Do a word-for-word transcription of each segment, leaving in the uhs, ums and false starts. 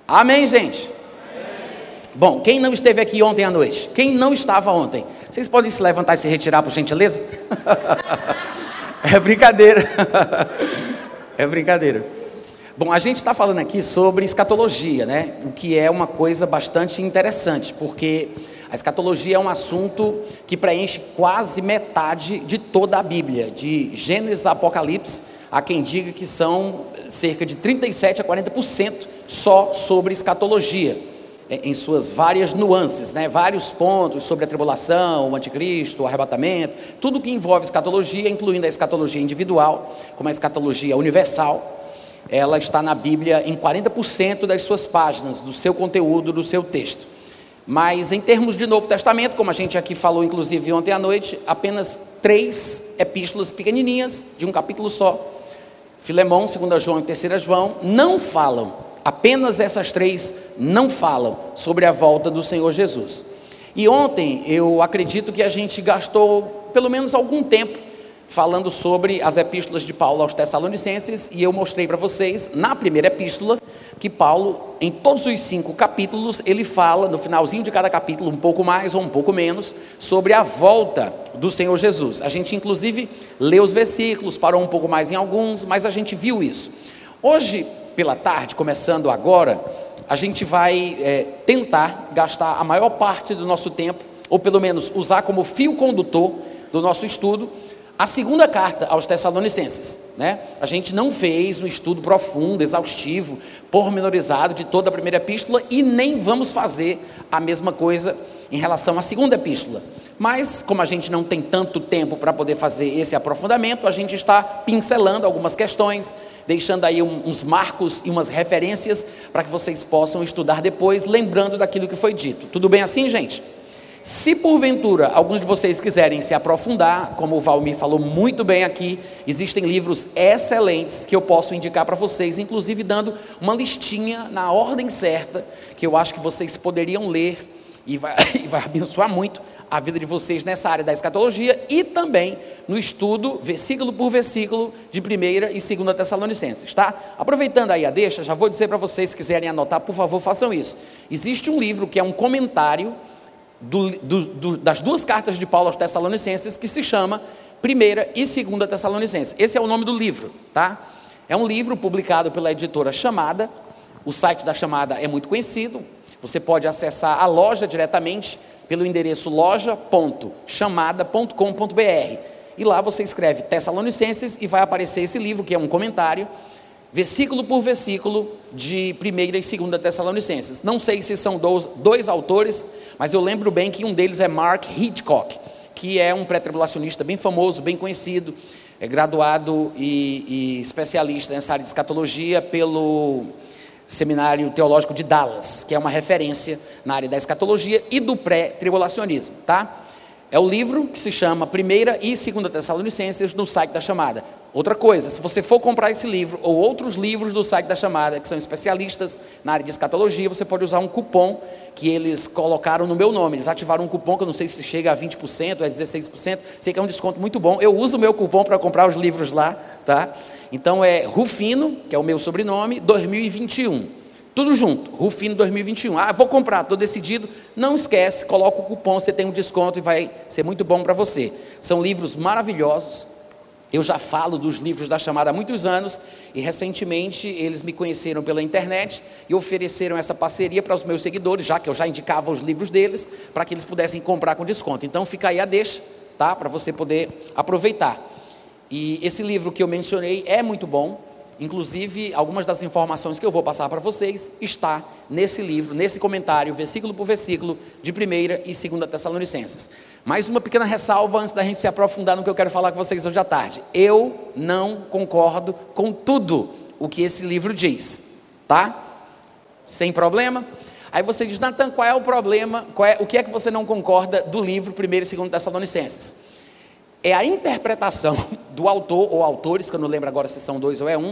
Amém, gente? Amém. Bom, quem não esteve aqui ontem à noite? Quem não estava ontem? Vocês podem se levantar e se retirar, por gentileza? É brincadeira. É brincadeira. Bom, a gente está falando aqui sobre escatologia, né? O que é uma coisa bastante interessante, porque a escatologia é um assunto que preenche quase metade de toda a Bíblia, de Gênesis a Apocalipse. Há quem diga que são cerca de trinta e sete a quarenta por cento só sobre escatologia, em suas várias nuances, né? Vários pontos sobre a tribulação, o anticristo, o arrebatamento, tudo que envolve escatologia, incluindo a escatologia individual, como a escatologia universal. Ela está na Bíblia em quarenta por cento das suas páginas, do seu conteúdo, do seu texto. Mas em termos de Novo Testamento, como a gente aqui falou inclusive ontem à noite, apenas três epístolas pequenininhas, de um capítulo só, Filemão, segunda João e terceira João, não falam, apenas essas três não falam sobre a volta do Senhor Jesus. E ontem eu acredito que a gente gastou pelo menos algum tempo falando sobre as epístolas de Paulo aos Tessalonicenses, e eu mostrei para vocês, na primeira epístola, que Paulo, em todos os cinco capítulos, ele fala, no finalzinho de cada capítulo, um pouco mais ou um pouco menos, sobre a volta do Senhor Jesus. A gente, inclusive, lê os versículos, parou um pouco mais em alguns, mas a gente viu isso. Hoje, pela tarde, começando agora, a gente vai é, tentar gastar a maior parte do nosso tempo, ou pelo menos usar como fio condutor do nosso estudo, a segunda carta aos Tessalonicenses, né? A gente não fez um estudo profundo, exaustivo, pormenorizado de toda a primeira epístola, e nem vamos fazer a mesma coisa em relação à segunda epístola. Mas, como a gente não tem tanto tempo para poder fazer esse aprofundamento, a gente está pincelando algumas questões, deixando aí um, uns marcos e umas referências para que vocês possam estudar depois, lembrando daquilo que foi dito. Tudo bem assim, gente? Se porventura alguns de vocês quiserem se aprofundar, como o Valmir falou muito bem aqui, existem livros excelentes que eu posso indicar para vocês, inclusive dando uma listinha na ordem certa, que eu acho que vocês poderiam ler e vai, e vai abençoar muito a vida de vocês nessa área da escatologia e também no estudo, versículo por versículo, de primeira e segunda Tessalonicenses, tá? Aproveitando aí a deixa, já vou dizer para vocês, se quiserem anotar, por favor, façam isso. Existe um livro que é um comentário Do, do, do, das duas cartas de Paulo aos Tessalonicenses, que se chama Primeira e Segunda Tessalonicenses. Esse é o nome do livro, tá? É um livro publicado pela editora Chamada. O site da Chamada é muito conhecido. Você pode acessar a loja diretamente pelo endereço loja ponto chamada ponto com ponto b r, e lá você escreve Tessalonicenses e vai aparecer esse livro, que é um comentário, versículo por versículo, de primeira e segunda Tessalonicenses. Não sei se são dois, dois autores, mas eu lembro bem que um deles é Mark Hitchcock, que é um pré-tribulacionista bem famoso, bem conhecido, é graduado e, e especialista nessa área de escatologia pelo Seminário Teológico de Dallas, que é uma referência na área da escatologia e do pré-tribulacionismo, tá? É o livro que se chama Primeira e Segunda Tessalonicenses, no site da Chamada. Outra coisa, se você for comprar esse livro ou outros livros do site da Chamada, que são especialistas na área de escatologia, você pode usar um cupom que eles colocaram no meu nome. Eles ativaram um cupom que eu não sei se chega a vinte por cento, é dezesseis por cento, sei que é um desconto muito bom. Eu uso o meu cupom para comprar os livros lá, tá? Então é Rufino, que é o meu sobrenome, dois mil e vinte e um. Tudo junto, Rufino dois mil e vinte e um. Ah, vou comprar, estou decidido. Não esquece, coloca o cupom, você tem um desconto e vai ser muito bom para você. São livros maravilhosos. Eu já falo dos livros da Chamada há muitos anos, e recentemente eles me conheceram pela internet e ofereceram essa parceria para os meus seguidores, já que eu já indicava os livros deles, para que eles pudessem comprar com desconto. Então fica aí a deixa, tá? Para você poder aproveitar. E esse livro que eu mencionei é muito bom. Inclusive, algumas das informações que eu vou passar para vocês está nesse livro, nesse comentário, versículo por versículo, de primeira e segunda Tessalonicenses. Mais uma pequena ressalva antes da gente se aprofundar no que eu quero falar com vocês hoje à tarde. Eu não concordo com tudo o que esse livro diz, tá? Sem problema? Aí você diz, Natan, qual é o problema, qual é, o que é que você não concorda do livro primeira e segunda Tessalonicenses? É a interpretação do autor ou autores, que eu não lembro agora se são dois ou é um,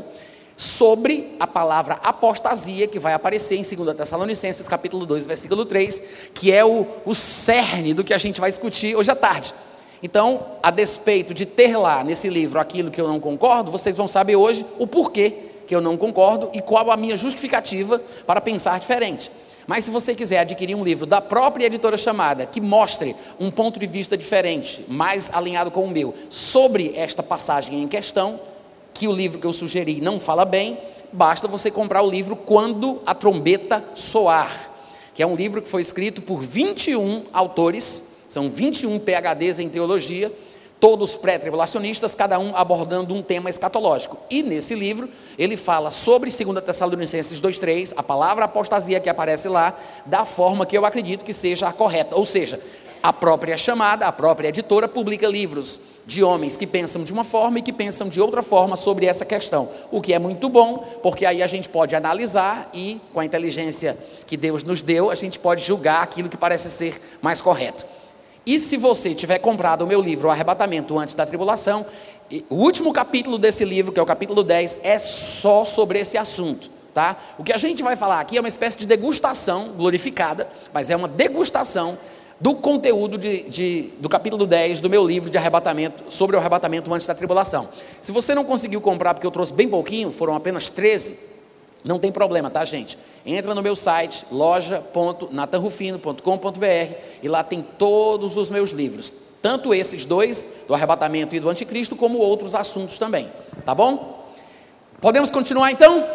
sobre a palavra apostasia, que vai aparecer em segunda Tessalonicenses, capítulo dois, versículo três, que é o, o cerne do que a gente vai discutir hoje à tarde. Então, a despeito de ter lá nesse livro aquilo que eu não concordo, vocês vão saber hoje o porquê que eu não concordo e qual a minha justificativa para pensar diferente. Mas se você quiser adquirir um livro da própria editora Chamada, que mostre um ponto de vista diferente, mais alinhado com o meu, sobre esta passagem em questão, que o livro que eu sugeri não fala bem, basta você comprar o livro Quando a Trombeta Soar, que é um livro que foi escrito por vinte e um autores, são vinte e um P H Ds em teologia, todos pré-tribulacionistas, cada um abordando um tema escatológico. E nesse livro, ele fala sobre segunda Tessalonicenses dois, três, a palavra apostasia que aparece lá, da forma que eu acredito que seja a correta. Ou seja, a própria Chamada, a própria editora, publica livros de homens que pensam de uma forma e que pensam de outra forma sobre essa questão. O que é muito bom, porque aí a gente pode analisar e, com a inteligência que Deus nos deu, a gente pode julgar aquilo que parece ser mais correto. E se você tiver comprado o meu livro, O Arrebatamento Antes da Tribulação, o último capítulo desse livro, que é o capítulo dez, é só sobre esse assunto, tá? O que a gente vai falar aqui é uma espécie de degustação glorificada, mas é uma degustação do conteúdo de, de, do capítulo dez do meu livro de arrebatamento, sobre o arrebatamento antes da tribulação. Se você não conseguiu comprar, porque eu trouxe bem pouquinho, foram apenas treze, não tem problema, tá, gente? Entra no meu site, loja ponto nathan rufino ponto com ponto b r, e lá tem todos os meus livros, tanto esses dois, do arrebatamento e do anticristo, como outros assuntos também, tá bom? Podemos continuar então?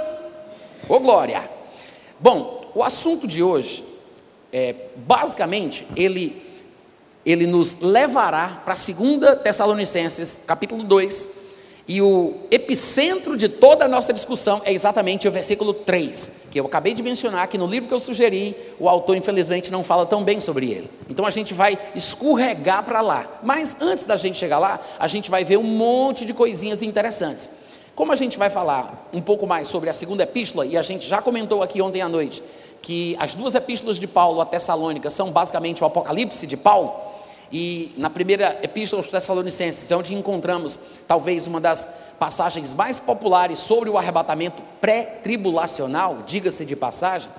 Ô glória! Bom, o assunto de hoje, é, basicamente, ele, ele nos levará para segunda Tessalonicenses, capítulo dois, e o epicentro de toda a nossa discussão é exatamente o versículo três, que eu acabei de mencionar, que no livro que eu sugeri, o autor infelizmente não fala tão bem sobre ele. Então a gente vai escorregar para lá. Mas antes da gente chegar lá, a gente vai ver um monte de coisinhas interessantes. Como a gente vai falar um pouco mais sobre a segunda epístola, e a gente já comentou aqui ontem à noite, que as duas epístolas de Paulo a Tessalônica são basicamente o Apocalipse de Paulo, e na primeira epístola aos Tessalonicenses é onde encontramos talvez uma das passagens mais populares sobre o arrebatamento pré-tribulacional, diga-se de passagem.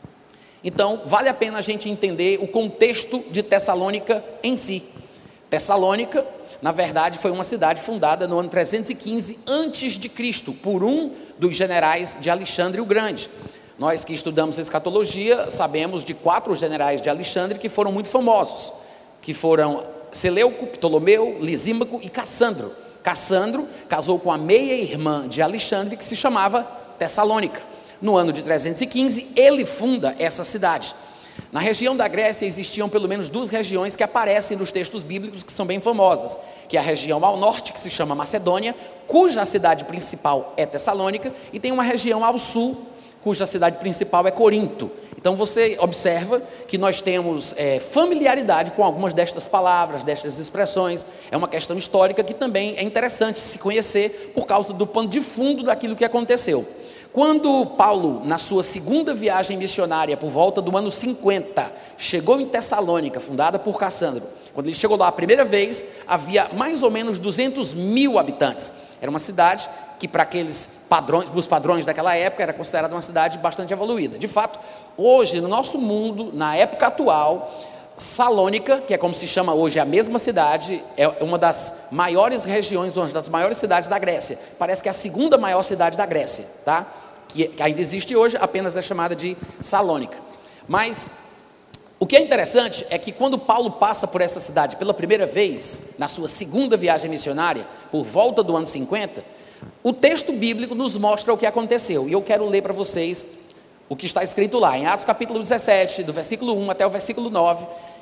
Então vale a pena a gente entender o contexto de Tessalônica em si. Tessalônica, na verdade, foi uma cidade fundada no ano trezentos e quinze antes de Cristo, por um dos generais de Alexandre o Grande. Nós que estudamos escatologia sabemos de quatro generais de Alexandre que foram muito famosos, que foram Seleuco, Ptolomeu, Lisímaco e Cassandro. Cassandro casou com a meia-irmã de Alexandre, que se chamava Tessalônica. No ano de trezentos e quinze, ele funda essa cidade. Na região da Grécia existiam pelo menos duas regiões que aparecem nos textos bíblicos, que são bem famosas, que é a região ao norte, que se chama Macedônia, cuja cidade principal é Tessalônica, e tem uma região ao sul, cuja cidade principal é Corinto. Então você observa que nós temos é, familiaridade com algumas destas palavras, destas expressões. É uma questão histórica que também é interessante se conhecer por causa do pano de fundo daquilo que aconteceu. Quando Paulo, na sua segunda viagem missionária, por volta do ano cinquenta, chegou em Tessalônica, fundada por Cassandro, quando ele chegou lá a primeira vez, havia mais ou menos duzentos mil habitantes. Era uma cidade que, para aqueles padrões, os padrões daquela época, era considerada uma cidade bastante evoluída. De fato, hoje, no nosso mundo, na época atual, Salônica, que é como se chama hoje a mesma cidade, é uma das maiores regiões, uma das maiores cidades da Grécia. Parece que é a segunda maior cidade da Grécia, tá? Que ainda existe hoje, apenas é chamada de Salônica. Mas o que é interessante é que quando Paulo passa por essa cidade pela primeira vez, na sua segunda viagem missionária, por volta do ano cinquenta, o texto bíblico nos mostra o que aconteceu. E eu quero ler para vocês o que está escrito lá, em Atos capítulo dezessete, do versículo um até o versículo nove,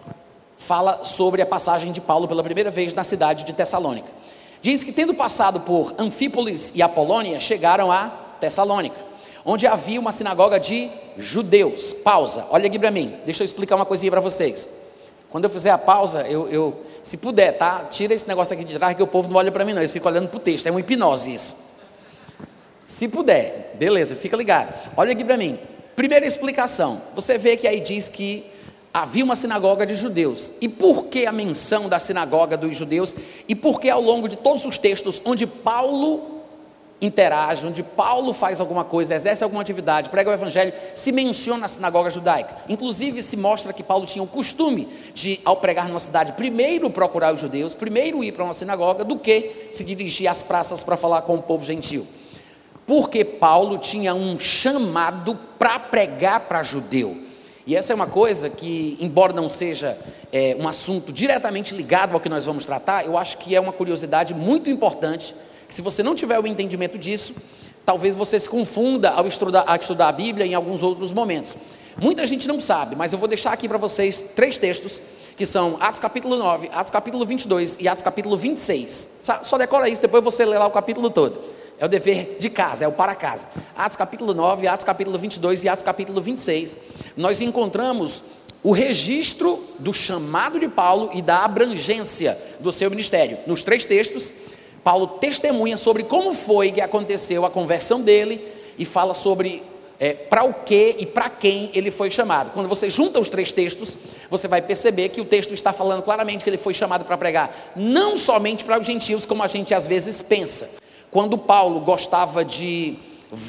fala sobre a passagem de Paulo pela primeira vez na cidade de Tessalônica. Diz que, tendo passado por Anfípolis e Apolônia, chegaram a Tessalônica, onde havia uma sinagoga de judeus. Pausa, olha aqui para mim, deixa eu explicar uma coisinha para vocês. Quando eu fizer a pausa, eu, eu, se puder, tá? Tira esse negócio aqui de trás, que o povo não olha para mim não, eles ficam olhando para o texto, é uma hipnose isso. Se puder, beleza, fica ligado. Olha aqui para mim. Primeira explicação, você vê que aí diz que havia uma sinagoga de judeus. E por que a menção da sinagoga dos judeus? E por que ao longo de todos os textos onde Paulo interage, onde Paulo faz alguma coisa, exerce alguma atividade, prega o evangelho, se menciona a sinagoga judaica? Inclusive se mostra que Paulo tinha o costume de, ao pregar numa cidade, primeiro procurar os judeus, primeiro ir para uma sinagoga, do que se dirigir às praças para falar com o povo gentil. porque Paulo tinha um chamado para pregar para judeu. E essa é uma coisa que, embora não seja é, um assunto diretamente ligado ao que nós vamos tratar, eu acho que é uma curiosidade muito importante, que se você não tiver o entendimento disso, talvez você se confunda ao estudar, ao estudar a Bíblia em alguns outros momentos. Muita gente não sabe, mas eu vou deixar aqui para vocês três textos, que são Atos capítulo nove, Atos capítulo vinte e dois e Atos capítulo vinte e seis. Só decora isso, depois você lê lá o capítulo todo. É o dever de casa, é o para casa. Atos capítulo nove, Atos capítulo vinte e dois e Atos capítulo vinte e seis. Nós encontramos o registro do chamado de Paulo e da abrangência do seu ministério. Nos três textos, Paulo testemunha sobre como foi que aconteceu a conversão dele e fala sobre é, para o que e para quem ele foi chamado. Quando você junta os três textos, você vai perceber que o texto está falando claramente que ele foi chamado para pregar não somente para os gentios, como a gente às vezes pensa. Quando Paulo gostava de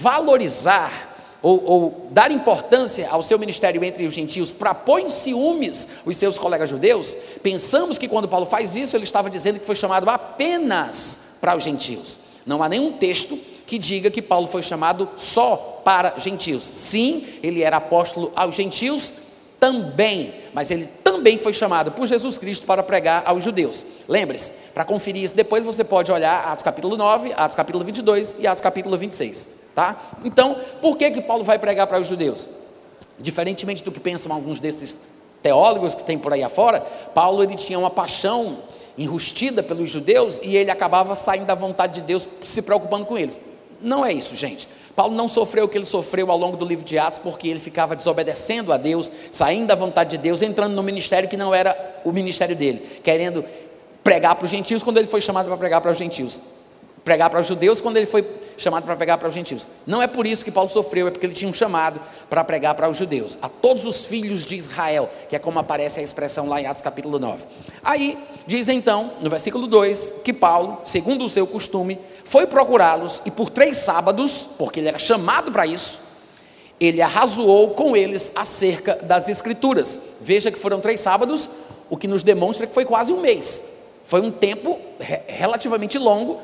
valorizar ou, ou dar importância ao seu ministério entre os gentios para pôr em ciúmes os seus colegas judeus, pensamos que quando Paulo faz isso, ele estava dizendo que foi chamado apenas para os gentios. Não há nenhum texto que diga que Paulo foi chamado só para gentios. Sim, ele era apóstolo aos gentios também, mas ele também foi chamado por Jesus Cristo para pregar aos judeus. Lembre-se, para conferir isso depois você pode olhar Atos capítulo nove, Atos capítulo vinte e dois e Atos capítulo vinte e seis, tá? Então, por que que Paulo vai pregar para os judeus? Diferentemente do que pensam alguns desses teólogos que tem por aí afora, Paulo ele tinha uma paixão enrustida pelos judeus e ele acabava saindo da vontade de Deus, se preocupando com eles. Não é isso, gente. Paulo não sofreu o que ele sofreu ao longo do livro de Atos, porque ele ficava desobedecendo a Deus, saindo da vontade de Deus, entrando no ministério que não era o ministério dele, querendo pregar para os gentios quando ele foi chamado para pregar para os gentios, pregar para os judeus quando ele foi chamado para pregar para os gentios. Não é por isso que Paulo sofreu, é porque ele tinha um chamado para pregar para os judeus, a todos os filhos de Israel, que é como aparece a expressão lá em Atos capítulo nove. Aí, diz então, no versículo dois, que Paulo, segundo o seu costume, foi procurá-los e por três sábados, porque ele era chamado para isso, ele arrazoou com eles acerca das Escrituras. Veja que foram três sábados, o que nos demonstra que foi quase um mês. Foi um tempo re- relativamente longo,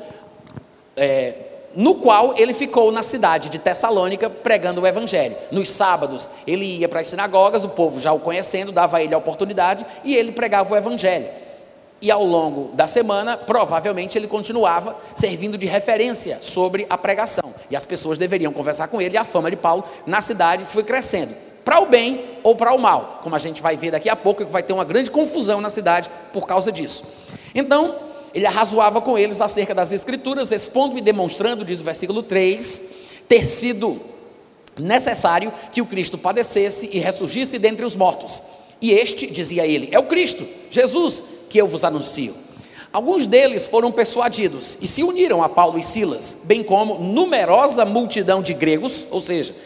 é, no qual ele ficou na cidade de Tessalônica pregando o evangelho. Nos sábados ele ia para as sinagogas, o povo já o conhecendo, dava a ele a oportunidade e ele pregava o evangelho. E ao longo da semana, provavelmente ele continuava servindo de referência sobre a pregação. E as pessoas deveriam conversar com ele, e a fama de Paulo na cidade foi crescendo, para o bem ou para o mal, como a gente vai ver daqui a pouco, que vai ter uma grande confusão na cidade por causa disso. Então, ele arrazoava com eles acerca das Escrituras, expondo e demonstrando, diz o versículo três, ter sido necessário que o Cristo padecesse e ressurgisse dentre os mortos. E este, dizia ele, é o Cristo, Jesus, que eu vos anuncio. Alguns deles foram persuadidos e se uniram a Paulo e Silas, bem como numerosa multidão de gregos, ou seja,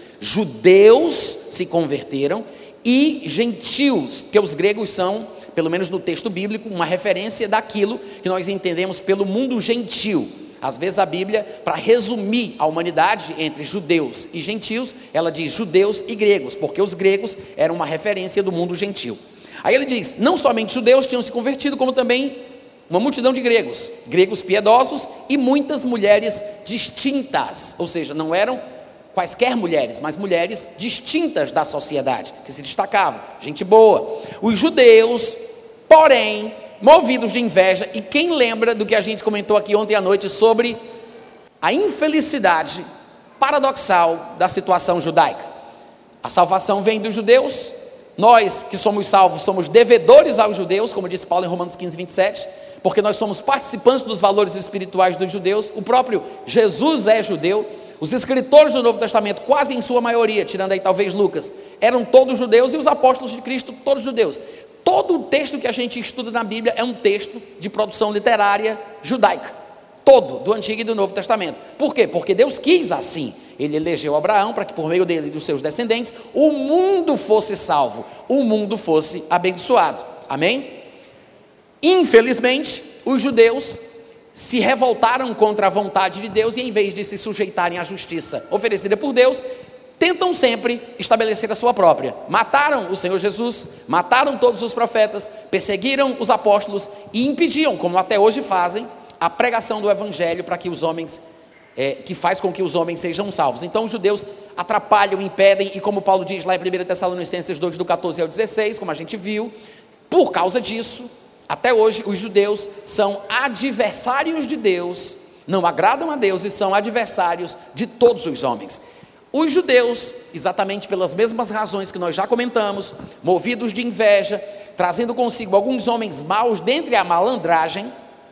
judeus se converteram, e gentios, porque os gregos são, pelo menos no texto bíblico, uma referência daquilo que nós entendemos pelo mundo gentil. Às vezes a Bíblia, para resumir a humanidade entre judeus e gentios, ela diz judeus e gregos, porque os gregos eram uma referência do mundo gentil. Aí ele diz, não somente judeus tinham se convertido, como também uma multidão de gregos, gregos piedosos e muitas mulheres distintas, ou seja, não eram quaisquer mulheres, mas mulheres distintas da sociedade, que se destacavam, gente boa. Os judeus, porém, movidos de inveja, e quem lembra do que a gente comentou aqui ontem à noite sobre a infelicidade paradoxal da situação judaica. A salvação vem dos judeus, nós que somos salvos somos devedores aos judeus, como disse Paulo em Romanos quinze, vinte e sete, porque nós somos participantes dos valores espirituais dos judeus, o próprio Jesus é judeu, os escritores do Novo Testamento, quase em sua maioria, tirando aí talvez Lucas, eram todos judeus, e os apóstolos de Cristo, todos judeus. Todo o texto que a gente estuda na Bíblia é um texto de produção literária judaica, todo, do Antigo e do Novo Testamento. Por quê? Porque Deus quis assim. Ele elegeu Abraão para que por meio dele e dos seus descendentes o mundo fosse salvo, o mundo fosse abençoado. Amém? Infelizmente, os judeus se revoltaram contra a vontade de Deus e, em vez de se sujeitarem à justiça oferecida por Deus, tentam sempre estabelecer a sua própria. Mataram o Senhor Jesus, mataram todos os profetas, perseguiram os apóstolos e impediam, como até hoje fazem, a pregação do evangelho para que os homens é, que faz com que os homens sejam salvos. Então os judeus atrapalham, impedem, e como Paulo diz lá em primeira Tessalonicenses dois, do catorze ao dezesseis, como a gente viu, por causa disso, até hoje os judeus são adversários de Deus, não agradam a Deus e são adversários de todos os homens. Os judeus, exatamente pelas mesmas razões que nós já comentamos, movidos de inveja, trazendo consigo alguns homens maus dentre a malandragem,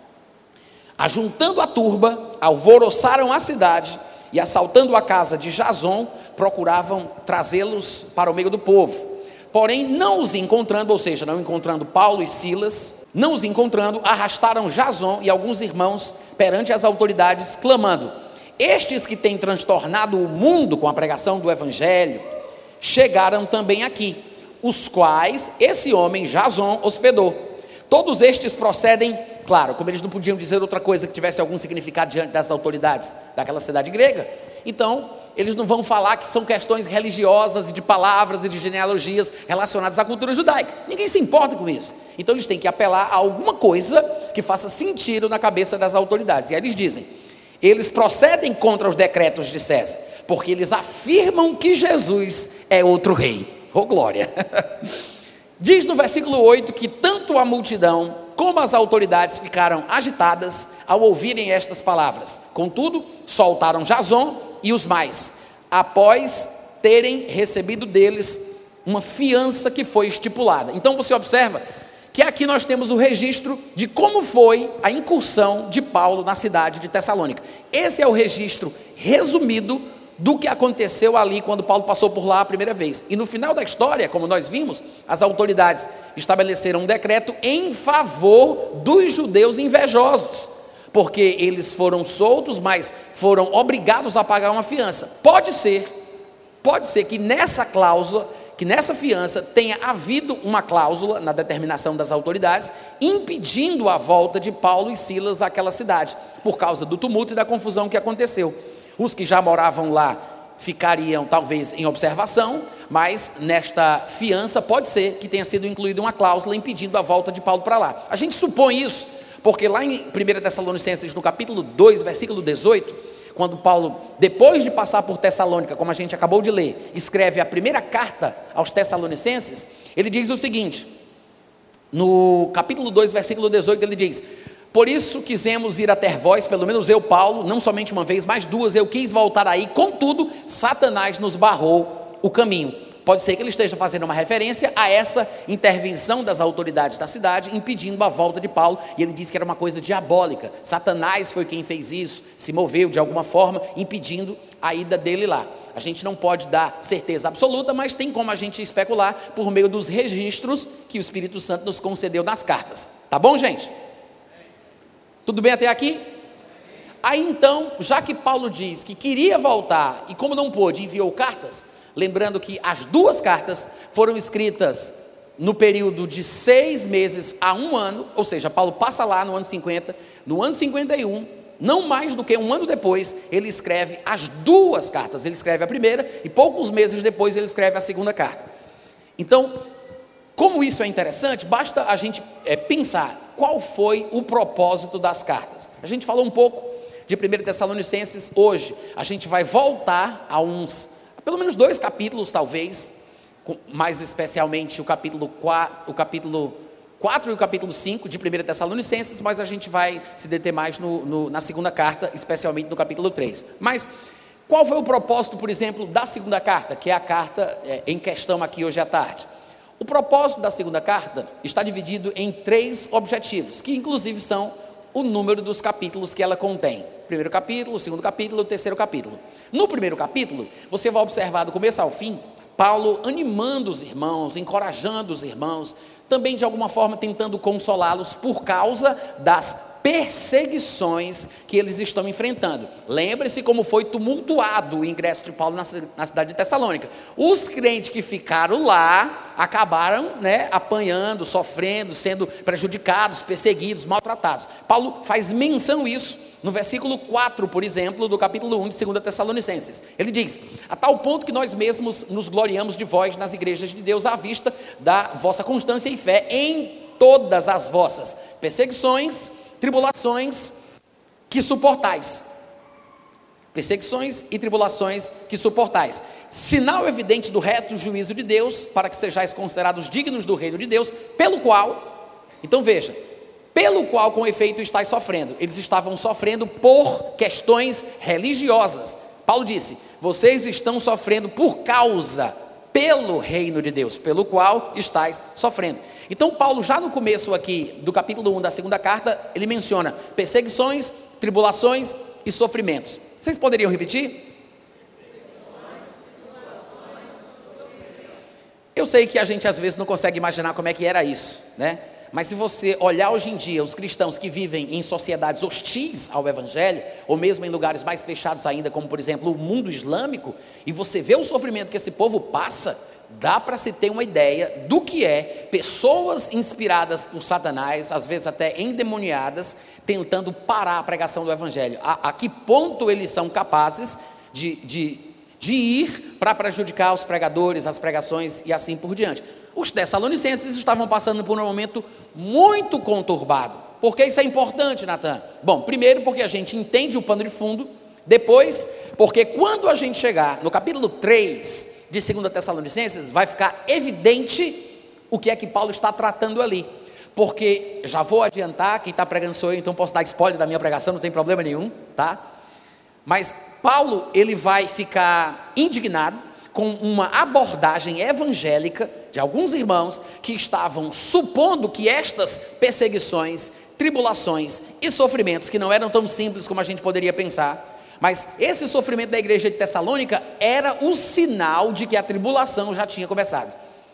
ajuntando a turba, alvoroçaram a cidade e assaltando a casa de Jason, procuravam trazê-los para o meio do povo. Porém, não os encontrando, ou seja, não encontrando Paulo e Silas, não os encontrando, arrastaram Jason e alguns irmãos perante as autoridades, clamando: estes que têm transtornado o mundo com a pregação do evangelho, chegaram também aqui, os quais esse homem Jason hospedou. Todos estes procedem, claro, como eles não podiam dizer outra coisa que tivesse algum significado diante das autoridades daquela cidade grega, então eles não vão falar que são questões religiosas e de palavras e de genealogias relacionadas à cultura judaica. Ninguém se importa com isso. Então eles têm que apelar a alguma coisa que faça sentido na cabeça das autoridades. E aí eles dizem: eles procedem contra os decretos de César, porque eles afirmam que Jesus é outro rei. Oh, glória! Diz no versículo oito que tanto a multidão como as autoridades ficaram agitadas ao ouvirem estas palavras. Contudo, soltaram Jason e os mais, após terem recebido deles uma fiança que foi estipulada. Então você observa que aqui nós temos o registro de como foi a incursão de Paulo na cidade de Tessalônica. Esse é o registro resumido do que aconteceu ali quando Paulo passou por lá a primeira vez. E no final da história, como nós vimos, as autoridades estabeleceram um decreto em favor dos judeus invejosos, porque eles foram soltos, mas foram obrigados a pagar uma fiança. Pode ser, pode ser que nessa cláusula, que nessa fiança tenha havido uma cláusula na determinação das autoridades, impedindo a volta de Paulo e Silas àquela cidade, por causa do tumulto e da confusão que aconteceu. Os que já moravam lá ficariam talvez em observação, mas nesta fiança pode ser que tenha sido incluída uma cláusula impedindo a volta de Paulo para lá. A gente supõe isso, porque lá em primeira Tessalonicenses, no capítulo dois, versículo dezoito, quando Paulo, depois de passar por Tessalônica, como a gente acabou de ler, escreve a primeira carta aos Tessalonicenses, ele diz o seguinte, no capítulo dois, versículo dezoito, ele diz: por isso quisemos ir até vós, pelo menos eu, Paulo, não somente uma vez, mas duas, eu quis voltar aí, contudo, Satanás nos barrou o caminho. Pode ser que ele esteja fazendo uma referência a essa intervenção das autoridades da cidade, impedindo a volta de Paulo, e ele disse que era uma coisa diabólica. Satanás foi quem fez isso, se moveu de alguma forma, impedindo a ida dele lá. A gente não pode dar certeza absoluta, mas tem como a gente especular por meio dos registros que o Espírito Santo nos concedeu nas cartas. Tá bom, gente? Tudo bem até aqui? Aí então, já que Paulo diz que queria voltar, e como não pôde, enviou cartas, lembrando que as duas cartas foram escritas no período de seis meses a um ano, ou seja, Paulo passa lá no ano cinquenta, no ano cinquenta e um, não mais do que um ano depois, ele escreve as duas cartas. Ele escreve a primeira e poucos meses depois ele escreve a segunda carta. Então, como isso é interessante, basta a gente é, pensar qual foi o propósito das cartas. A gente falou um pouco de primeira Tessalonicenses hoje, a gente vai voltar a uns, pelo menos dois capítulos talvez, mais especialmente o capítulo quatro, o capítulo quatro e o capítulo cinco de primeira Tessalonicenses, mas a gente vai se deter mais no, no, na segunda carta, especialmente no capítulo três. Mas qual foi o propósito, por exemplo, da segunda carta, que é a carta é, em questão aqui hoje à tarde? O propósito da segunda carta está dividido em três objetivos, que inclusive são o número dos capítulos que ela contém. Primeiro capítulo, segundo capítulo, terceiro capítulo. No primeiro capítulo, você vai observar do começo ao fim, Paulo animando os irmãos, encorajando os irmãos, também de alguma forma tentando consolá-los por causa das perseguições que eles estão enfrentando. Lembre-se como foi tumultuado o ingresso de Paulo na, na cidade de Tessalônica. Os crentes que ficaram lá acabaram, né, apanhando, sofrendo, sendo prejudicados, perseguidos, maltratados. Paulo faz menção isso no versículo quatro, por exemplo, do capítulo um de segunda Tessalonicenses. Ele diz: a tal ponto que nós mesmos nos gloriamos de vós nas igrejas de Deus à vista da vossa constância e fé em todas as vossas perseguições, tribulações que suportais. perseguições e tribulações que suportais, sinal evidente do reto juízo de Deus, para que sejais considerados dignos do reino de Deus, pelo qual, então veja, pelo qual com efeito estáis sofrendo. Eles estavam sofrendo por questões religiosas. Paulo disse, vocês estão sofrendo por causa, pelo reino de Deus, pelo qual estáis sofrendo. Então Paulo, já no começo aqui do capítulo um da segunda carta, ele menciona perseguições, tribulações e sofrimentos. Vocês poderiam repetir? Eu sei que a gente às vezes não consegue imaginar como é que era isso, né? Mas se você olhar hoje em dia os cristãos que vivem em sociedades hostis ao evangelho, ou mesmo em lugares mais fechados ainda, como por exemplo o mundo islâmico, e você vê o sofrimento que esse povo passa, dá para se ter uma ideia do que é pessoas inspiradas por Satanás, às vezes até endemoniadas, tentando parar a pregação do evangelho. A, a que ponto eles são capazes de, de, de ir para prejudicar os pregadores, as pregações e assim por diante. Os Tessalonicenses estavam passando por um momento muito conturbado. Por que isso é importante, Natan? Bom, primeiro porque a gente entende o pano de fundo, depois porque quando a gente chegar no capítulo três de segunda Tessalonicenses, vai ficar evidente o que é que Paulo está tratando ali. Porque, já vou adiantar, quem está pregando sou eu, então posso dar spoiler da minha pregação, não tem problema nenhum, tá? Mas Paulo, ele vai ficar indignado com uma abordagem evangélica de alguns irmãos que estavam supondo que estas perseguições, tribulações e sofrimentos, que não eram tão simples como a gente poderia pensar, mas esse sofrimento da igreja de Tessalônica era o sinal de que a tribulação já tinha começado.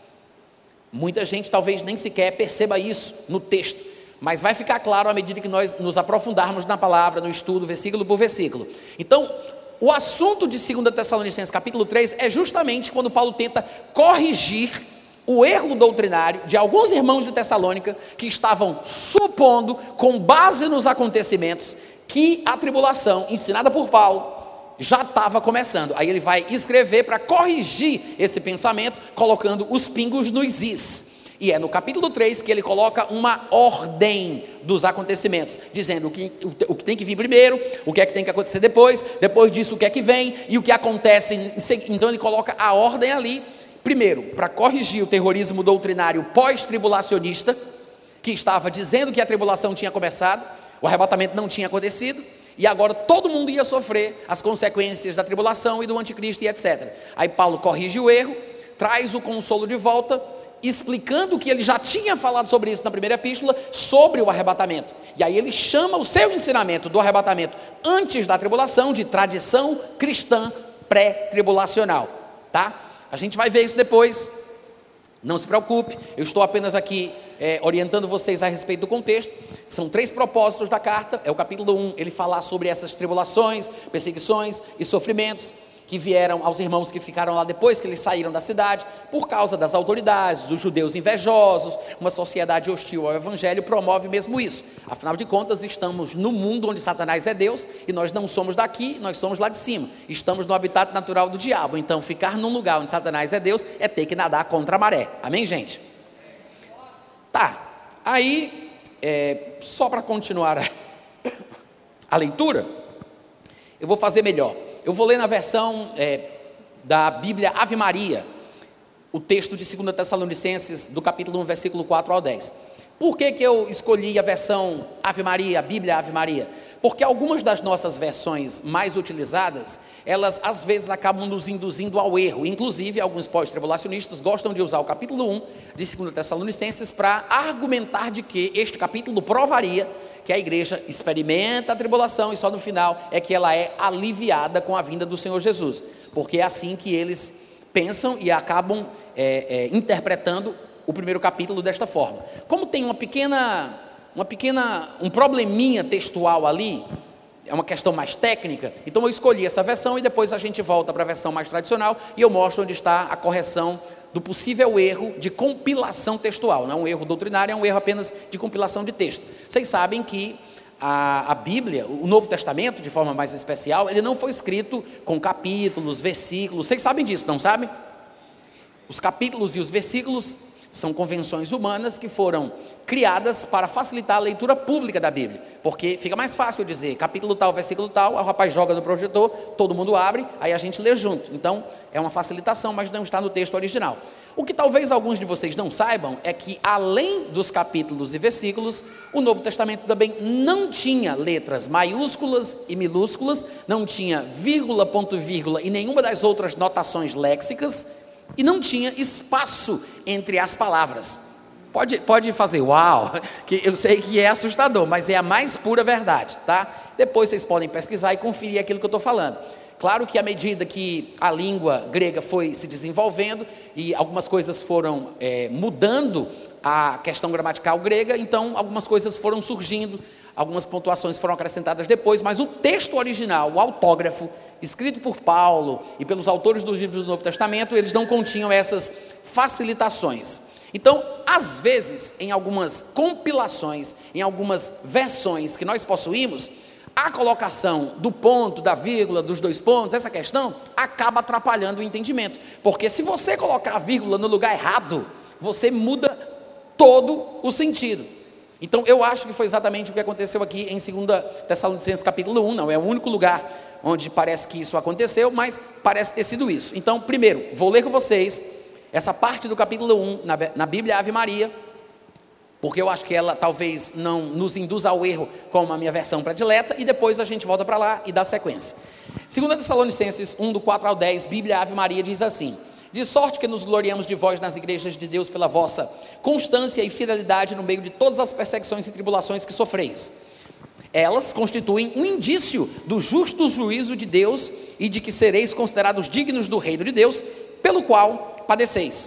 Muita gente talvez nem sequer perceba isso no texto, mas vai ficar claro à medida que nós nos aprofundarmos na palavra, no estudo, versículo por versículo. Então, o assunto de segunda Tessalonicenses capítulo três é justamente quando Paulo tenta corrigir o erro doutrinário de alguns irmãos de Tessalônica que estavam supondo, com base nos acontecimentos, que a tribulação ensinada por Paulo já estava começando. Aí ele vai escrever para corrigir esse pensamento, colocando os pingos nos is. E é no capítulo três que ele coloca uma ordem dos acontecimentos, dizendo o que, o, o que tem que vir primeiro, o que é que tem que acontecer depois, depois disso o que é que vem, e o que acontece em seguida. Então ele coloca a ordem ali, primeiro, para corrigir o terrorismo doutrinário pós-tribulacionista, que estava dizendo que a tribulação tinha começado, o arrebatamento não tinha acontecido, e agora todo mundo ia sofrer as consequências da tribulação e do anticristo e etcétera. Aí Paulo corrige o erro, traz o consolo de volta, explicando que ele já tinha falado sobre isso na primeira epístola, sobre o arrebatamento. E aí ele chama o seu ensinamento do arrebatamento antes da tribulação de tradição cristã pré-tribulacional, tá? A gente vai ver isso depois, não se preocupe, eu estou apenas aqui é, orientando vocês a respeito do contexto. São três propósitos da carta. É o capítulo um, ele falar sobre essas tribulações, perseguições e sofrimentos que vieram aos irmãos que ficaram lá depois que eles saíram da cidade, por causa das autoridades, dos judeus invejosos. Uma sociedade hostil ao evangelho promove mesmo isso. Afinal de contas, estamos no mundo onde Satanás é Deus, e nós não somos daqui, nós somos lá de cima. Estamos no habitat natural do diabo. Então ficar num lugar onde Satanás é Deus é ter que nadar contra a maré. Amém, gente? Tá, aí é, só para continuar a, a leitura, eu vou fazer melhor. Eu vou ler na versão é, da Bíblia Ave Maria, o texto de segunda Tessalonicenses, do capítulo um, versículo quatro ao dez. Por que que eu escolhi a versão Ave Maria, a Bíblia Ave Maria? Porque algumas das nossas versões mais utilizadas, elas às vezes acabam nos induzindo ao erro. Inclusive, alguns pós-tribulacionistas gostam de usar o capítulo um de segunda Tessalonicenses para argumentar de que este capítulo provaria que a igreja experimenta a tribulação e só no final é que ela é aliviada com a vinda do Senhor Jesus, porque é assim que eles pensam e acabam é, é, interpretando o primeiro capítulo desta forma. Como tem uma pequena, uma pequena, um probleminha textual ali, é uma questão mais técnica, então eu escolhi essa versão e depois a gente volta para a versão mais tradicional e eu mostro onde está a correção do possível erro de compilação textual. Não é um erro doutrinário, é um erro apenas de compilação de texto. Vocês sabem que a, a Bíblia, o Novo Testamento, de forma mais especial, ele não foi escrito com capítulos, versículos. Vocês sabem disso, não sabem? Os capítulos e os versículos São convenções humanas que foram criadas para facilitar a leitura pública da Bíblia, porque fica mais fácil dizer capítulo tal, versículo tal, o rapaz joga no projetor, todo mundo abre, aí a gente lê junto. Então é uma facilitação, mas não está no texto original. O que talvez alguns de vocês não saibam é que, além dos capítulos e versículos, o Novo Testamento também não tinha letras maiúsculas e minúsculas, não tinha vírgula, ponto, vírgula e nenhuma das outras notações léxicas, e não tinha espaço entre as palavras. Pode, pode fazer uau, que eu sei que é assustador, mas é a mais pura verdade, tá? Depois vocês podem pesquisar e conferir aquilo que eu estou falando. Claro que à medida que a língua grega foi se desenvolvendo e algumas coisas foram é, mudando a questão gramatical grega, então algumas coisas foram surgindo, algumas pontuações foram acrescentadas depois, mas o texto original, o autógrafo, escrito por Paulo e pelos autores dos livros do Novo Testamento, eles não continham essas facilitações. Então, às vezes, em algumas compilações, em algumas versões que nós possuímos, a colocação do ponto, da vírgula, dos dois pontos, essa questão acaba atrapalhando o entendimento, porque se você colocar a vírgula no lugar errado, você muda todo o sentido. Então eu acho que foi exatamente o que aconteceu aqui em segunda Tessalonicenses capítulo um, não é o único lugar onde parece que isso aconteceu, mas parece ter sido isso. Então, primeiro, vou ler com vocês essa parte do capítulo um, na, na Bíblia Ave Maria, porque eu acho que ela talvez não nos induza ao erro como a minha versão predileta, e depois a gente volta para lá e dá sequência. segunda Tessalonicenses um, do quatro ao dez, Bíblia Ave Maria diz assim: de sorte que nos gloriamos de vós nas igrejas de Deus pela vossa constância e fidelidade no meio de todas as perseguições e tribulações que sofreis. Elas constituem um indício do justo juízo de Deus e de que sereis considerados dignos do reino de Deus, pelo qual padeceis.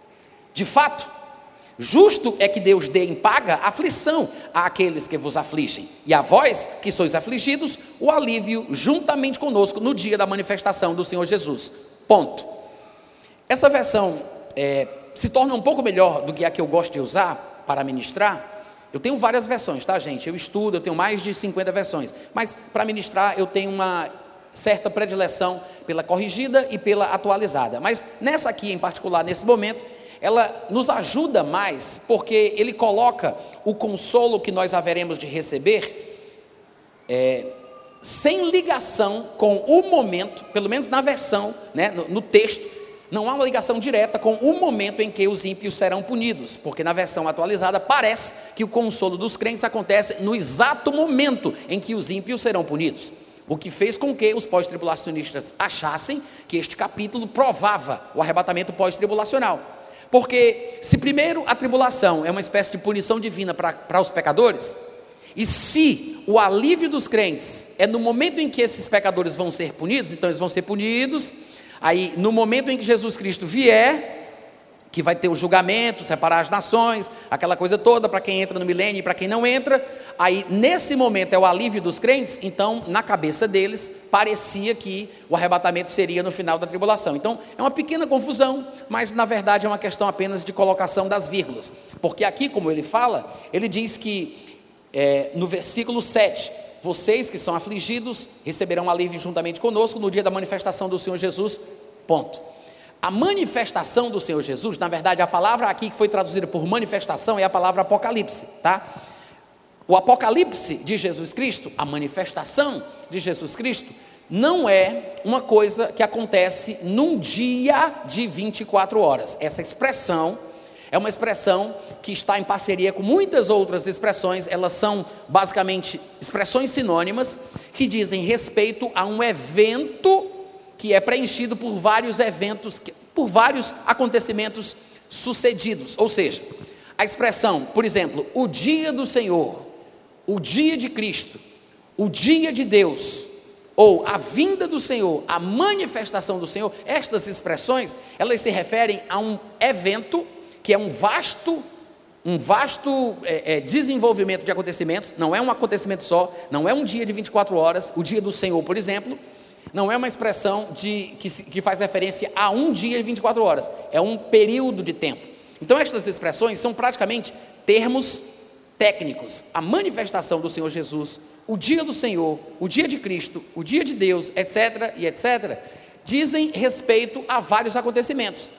De fato, justo é que Deus dê em paga aflição àqueles que vos afligem, e a vós, que sois afligidos, o alívio juntamente conosco no dia da manifestação do Senhor Jesus. Ponto. Essa versão é, se torna um pouco melhor do que a que eu gosto de usar para ministrar. Eu tenho várias versões, tá, gente? Eu estudo, eu tenho mais de cinquenta versões, mas para ministrar eu tenho uma certa predileção pela corrigida e pela atualizada. Mas nessa aqui em particular, nesse momento, ela nos ajuda mais, porque ele coloca o consolo que nós haveremos de receber é, sem ligação com o momento, pelo menos na versão, né, no, no texto, não há uma ligação direta com o momento em que os ímpios serão punidos, porque na versão atualizada parece que o consolo dos crentes acontece no exato momento em que os ímpios serão punidos, o que fez com que os pós-tribulacionistas achassem que este capítulo provava o arrebatamento pós-tribulacional. Porque se primeiro a tribulação é uma espécie de punição divina para os pecadores, e se o alívio dos crentes é no momento em que esses pecadores vão ser punidos, então eles vão ser punidos, aí no momento em que Jesus Cristo vier, que vai ter o julgamento, separar as nações, aquela coisa toda, para quem entra no milênio e para quem não entra, aí nesse momento é o alívio dos crentes, então na cabeça deles parecia que o arrebatamento seria no final da tribulação. Então é uma pequena confusão, mas na verdade é uma questão apenas de colocação das vírgulas, porque aqui, como ele fala, ele diz que é, no versículo sete, vocês que são afligidos receberão alívio juntamente conosco no dia da manifestação do Senhor Jesus, ponto. A manifestação do Senhor Jesus, na verdade a palavra aqui que foi traduzida por manifestação é a palavra Apocalipse, tá? O Apocalipse de Jesus Cristo, a manifestação de Jesus Cristo, não é uma coisa que acontece num dia de vinte e quatro horas. Essa expressão é uma expressão que está em parceria com muitas outras expressões. Elas são basicamente expressões sinônimas que dizem respeito a um evento que é preenchido por vários eventos, por vários acontecimentos sucedidos. Ou seja, a expressão, por exemplo, o dia do Senhor, o dia de Cristo, o dia de Deus, ou a vinda do Senhor, a manifestação do Senhor, estas expressões, elas se referem a um evento que é um vasto, um vasto é, é, desenvolvimento de acontecimentos. Não é um acontecimento só, não é um dia de vinte e quatro horas, o dia do Senhor, por exemplo, não é uma expressão de, que, que faz referência a um dia de vinte e quatro horas, é um período de tempo. Então estas expressões são praticamente termos técnicos. A manifestação do Senhor Jesus, o dia do Senhor, o dia de Cristo, o dia de Deus, etc, e etc, dizem respeito a vários acontecimentos.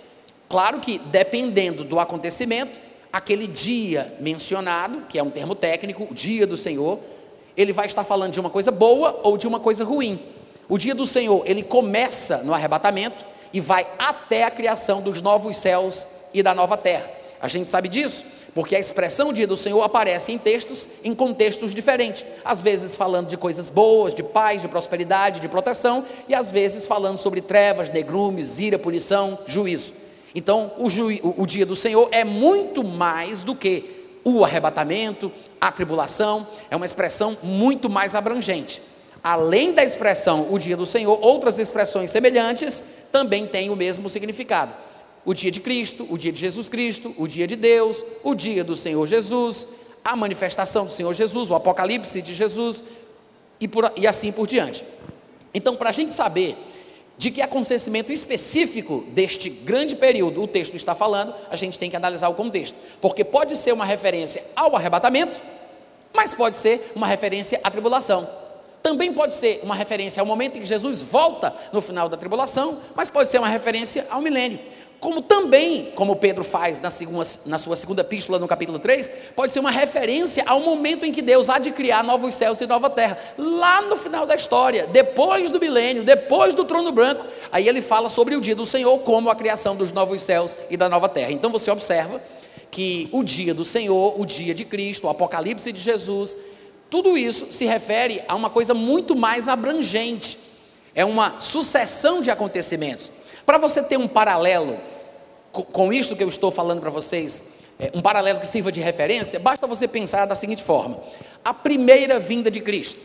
Claro que, dependendo do acontecimento, aquele dia mencionado, que é um termo técnico, o dia do Senhor, ele vai estar falando de uma coisa boa ou de uma coisa ruim. O dia do Senhor, ele começa no arrebatamento e vai até a criação dos novos céus e da nova terra. A gente sabe disso, porque a expressão dia do Senhor aparece em textos, em contextos diferentes, às vezes falando de coisas boas, de paz, de prosperidade, de proteção, e às vezes falando sobre trevas, negrumes, ira, punição, juízo. Então, o, ju... o dia do Senhor é muito mais do que o arrebatamento, a tribulação, é uma expressão muito mais abrangente. Além da expressão o dia do Senhor, outras expressões semelhantes também têm o mesmo significado. O dia de Cristo, o dia de Jesus Cristo, o dia de Deus, o dia do Senhor Jesus, a manifestação do Senhor Jesus, o apocalipse de Jesus, e, por... e assim por diante. Então, para a gente saber de que acontecimento específico deste grande período o texto está falando, a gente tem que analisar o contexto, porque pode ser uma referência ao arrebatamento, mas pode ser uma referência à tribulação. Também pode ser uma referência ao momento em que Jesus volta no final da tribulação, mas pode ser uma referência ao milênio. Como também, como Pedro faz na, segunda, na sua segunda epístola, no capítulo três, pode ser uma referência ao momento em que Deus há de criar novos céus e nova terra, lá no final da história, depois do milênio, depois do trono branco. Aí ele fala sobre o dia do Senhor como a criação dos novos céus e da nova terra. Então você observa que o dia do Senhor, o dia de Cristo, o apocalipse de Jesus, tudo isso se refere a uma coisa muito mais abrangente, é uma sucessão de acontecimentos. Para você ter um paralelo com, com isto que eu estou falando para vocês, é, um paralelo que sirva de referência, basta você pensar da seguinte forma: a primeira vinda de Cristo.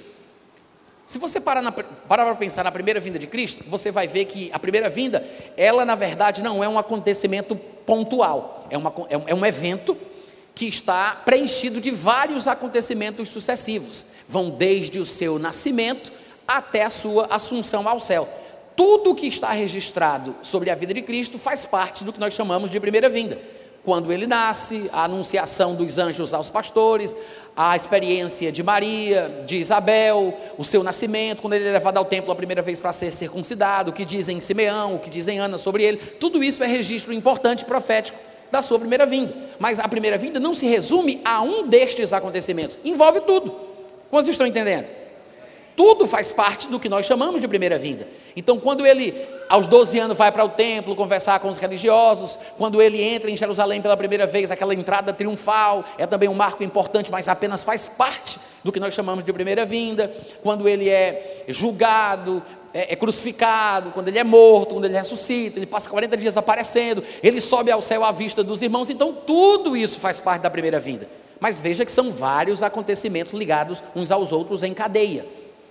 Se você parar para pensar na primeira vinda de Cristo, você vai ver que a primeira vinda, ela na verdade não é um acontecimento pontual, é, uma, é, um, é um evento que está preenchido de vários acontecimentos sucessivos, vão desde o seu nascimento até a sua assunção ao céu. Tudo que está registrado sobre a vida de Cristo faz parte do que nós chamamos de primeira vinda. Quando ele nasce, a anunciação dos anjos aos pastores, a experiência de Maria, de Isabel, o seu nascimento, quando ele é levado ao templo a primeira vez para ser circuncidado, o que dizem Simeão, o que dizem Ana sobre ele, tudo isso é registro importante, profético, da sua primeira vinda. Mas a primeira vinda não se resume a um destes acontecimentos, envolve tudo. Como vocês estão entendendo? Tudo faz parte do que nós chamamos de primeira vinda. Então, quando ele, aos doze anos, vai para o templo conversar com os religiosos, quando ele entra em Jerusalém pela primeira vez, aquela entrada triunfal, é também um marco importante, mas apenas faz parte do que nós chamamos de primeira vinda. Quando ele é julgado, é, é crucificado, quando ele é morto, quando ele ressuscita, ele passa quarenta dias aparecendo, ele sobe ao céu à vista dos irmãos. Então, tudo isso faz parte da primeira vinda. Mas veja que são vários acontecimentos ligados uns aos outros em cadeia.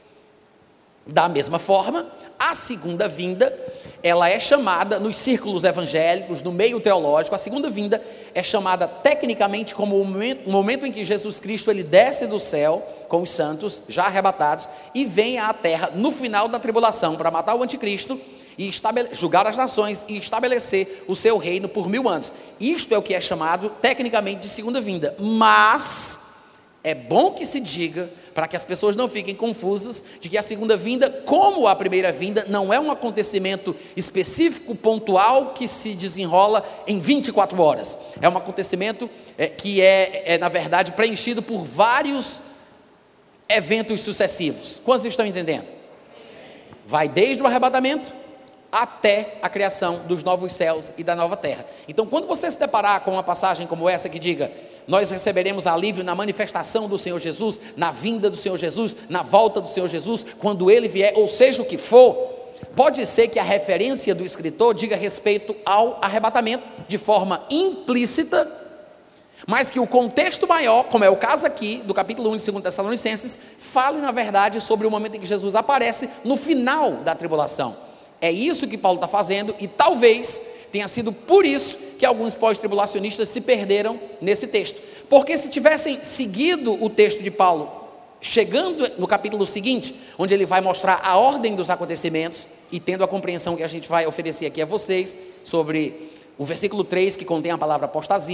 Da mesma forma, a segunda vinda, ela é chamada, nos círculos evangélicos, no meio teológico, a segunda vinda é chamada tecnicamente como o momento, o momento em que Jesus Cristo ele desce do céu com os santos, já arrebatados, e vem à terra no final da tribulação para matar o anticristo, e julgar as nações e estabelecer o seu reino por mil anos. Isto é o que é chamado tecnicamente de segunda vinda, mas é bom que se diga, para que as pessoas não fiquem confusas, de que a segunda vinda, como a primeira vinda, não é um acontecimento específico, pontual, que se desenrola em vinte e quatro horas. É um acontecimento é, que é, é, na verdade, preenchido por vários eventos sucessivos. Quantos estão entendendo? Vai desde o arrebatamento até a criação dos novos céus e da nova terra. Então, quando você se deparar com uma passagem como essa que diga: nós receberemos alívio na manifestação do Senhor Jesus, na vinda do Senhor Jesus, na volta do Senhor Jesus, quando Ele vier, ou seja o que for, pode ser que a referência do escritor diga respeito ao arrebatamento, de forma implícita, mas que o contexto maior, como é o caso aqui, do capítulo um de dois Tessalonicenses, fale na verdade sobre o momento em que Jesus aparece no final da tribulação. É isso que Paulo está fazendo, e talvez tenha sido por isso que alguns pós-tribulacionistas se perderam nesse texto, porque se tivessem seguido o texto de Paulo, chegando no capítulo seguinte, onde ele vai mostrar a ordem dos acontecimentos, e tendo a compreensão que a gente vai oferecer aqui a vocês, sobre o versículo três, que contém a palavra apostasia,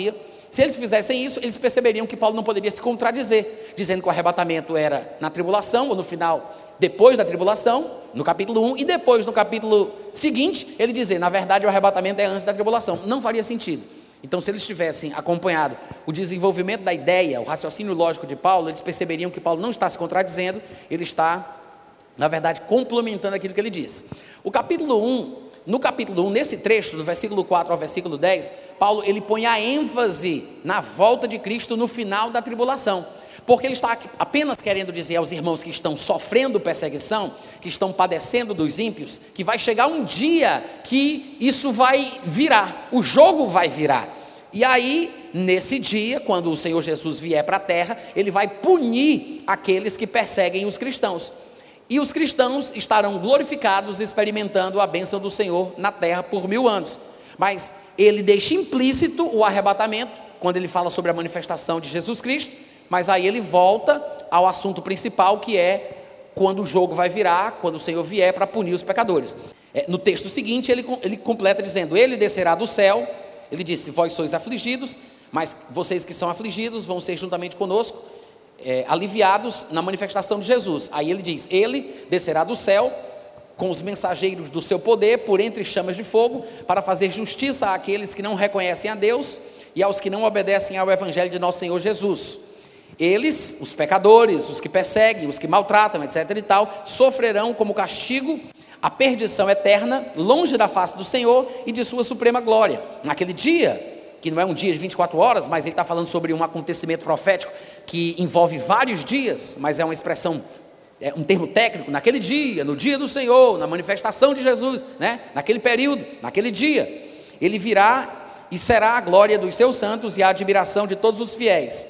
Se eles fizessem isso, eles perceberiam que Paulo não poderia se contradizer, dizendo que o arrebatamento era na tribulação, ou no final, depois da tribulação, no capítulo um, e depois, no capítulo seguinte, ele dizer, na verdade, o arrebatamento é antes da tribulação. Não faria sentido. Então, se eles tivessem acompanhado o desenvolvimento da ideia, o raciocínio lógico de Paulo, eles perceberiam que Paulo não está se contradizendo, ele está, na verdade, complementando aquilo que ele disse. O capítulo um, no capítulo um, nesse trecho, do versículo quatro ao versículo dez, Paulo, ele põe a ênfase na volta de Cristo no final da tribulação, porque ele está apenas querendo dizer aos irmãos que estão sofrendo perseguição, que estão padecendo dos ímpios, que vai chegar um dia que isso vai virar, o jogo vai virar, e aí, nesse dia, quando o Senhor Jesus vier para a terra, ele vai punir aqueles que perseguem os cristãos, e os cristãos estarão glorificados, experimentando a bênção do Senhor na terra por mil anos. Mas ele deixa implícito o arrebatamento, quando ele fala sobre a manifestação de Jesus Cristo, mas aí ele volta ao assunto principal, que é quando o jogo vai virar, quando o Senhor vier para punir os pecadores. É, no texto seguinte, ele, ele completa dizendo, ele descerá do céu, ele disse, vós sois afligidos, mas vocês que são afligidos vão ser juntamente conosco, É, aliviados na manifestação de Jesus. Aí ele diz, ele descerá do céu com os mensageiros do seu poder por entre chamas de fogo, para fazer justiça àqueles que não reconhecem a Deus e aos que não obedecem ao evangelho de nosso Senhor Jesus. Eles, os pecadores, os que perseguem, os que maltratam, etc e tal, sofrerão como castigo a perdição eterna, longe da face do Senhor e de sua suprema glória. Naquele dia, que não é um dia de vinte e quatro horas, mas ele está falando sobre um acontecimento profético que envolve vários dias, mas é uma expressão, é um termo técnico, naquele dia, no dia do Senhor, na manifestação de Jesus, né? Naquele período, naquele dia, ele virá e será a glória dos seus santos e a admiração de todos os fiéis,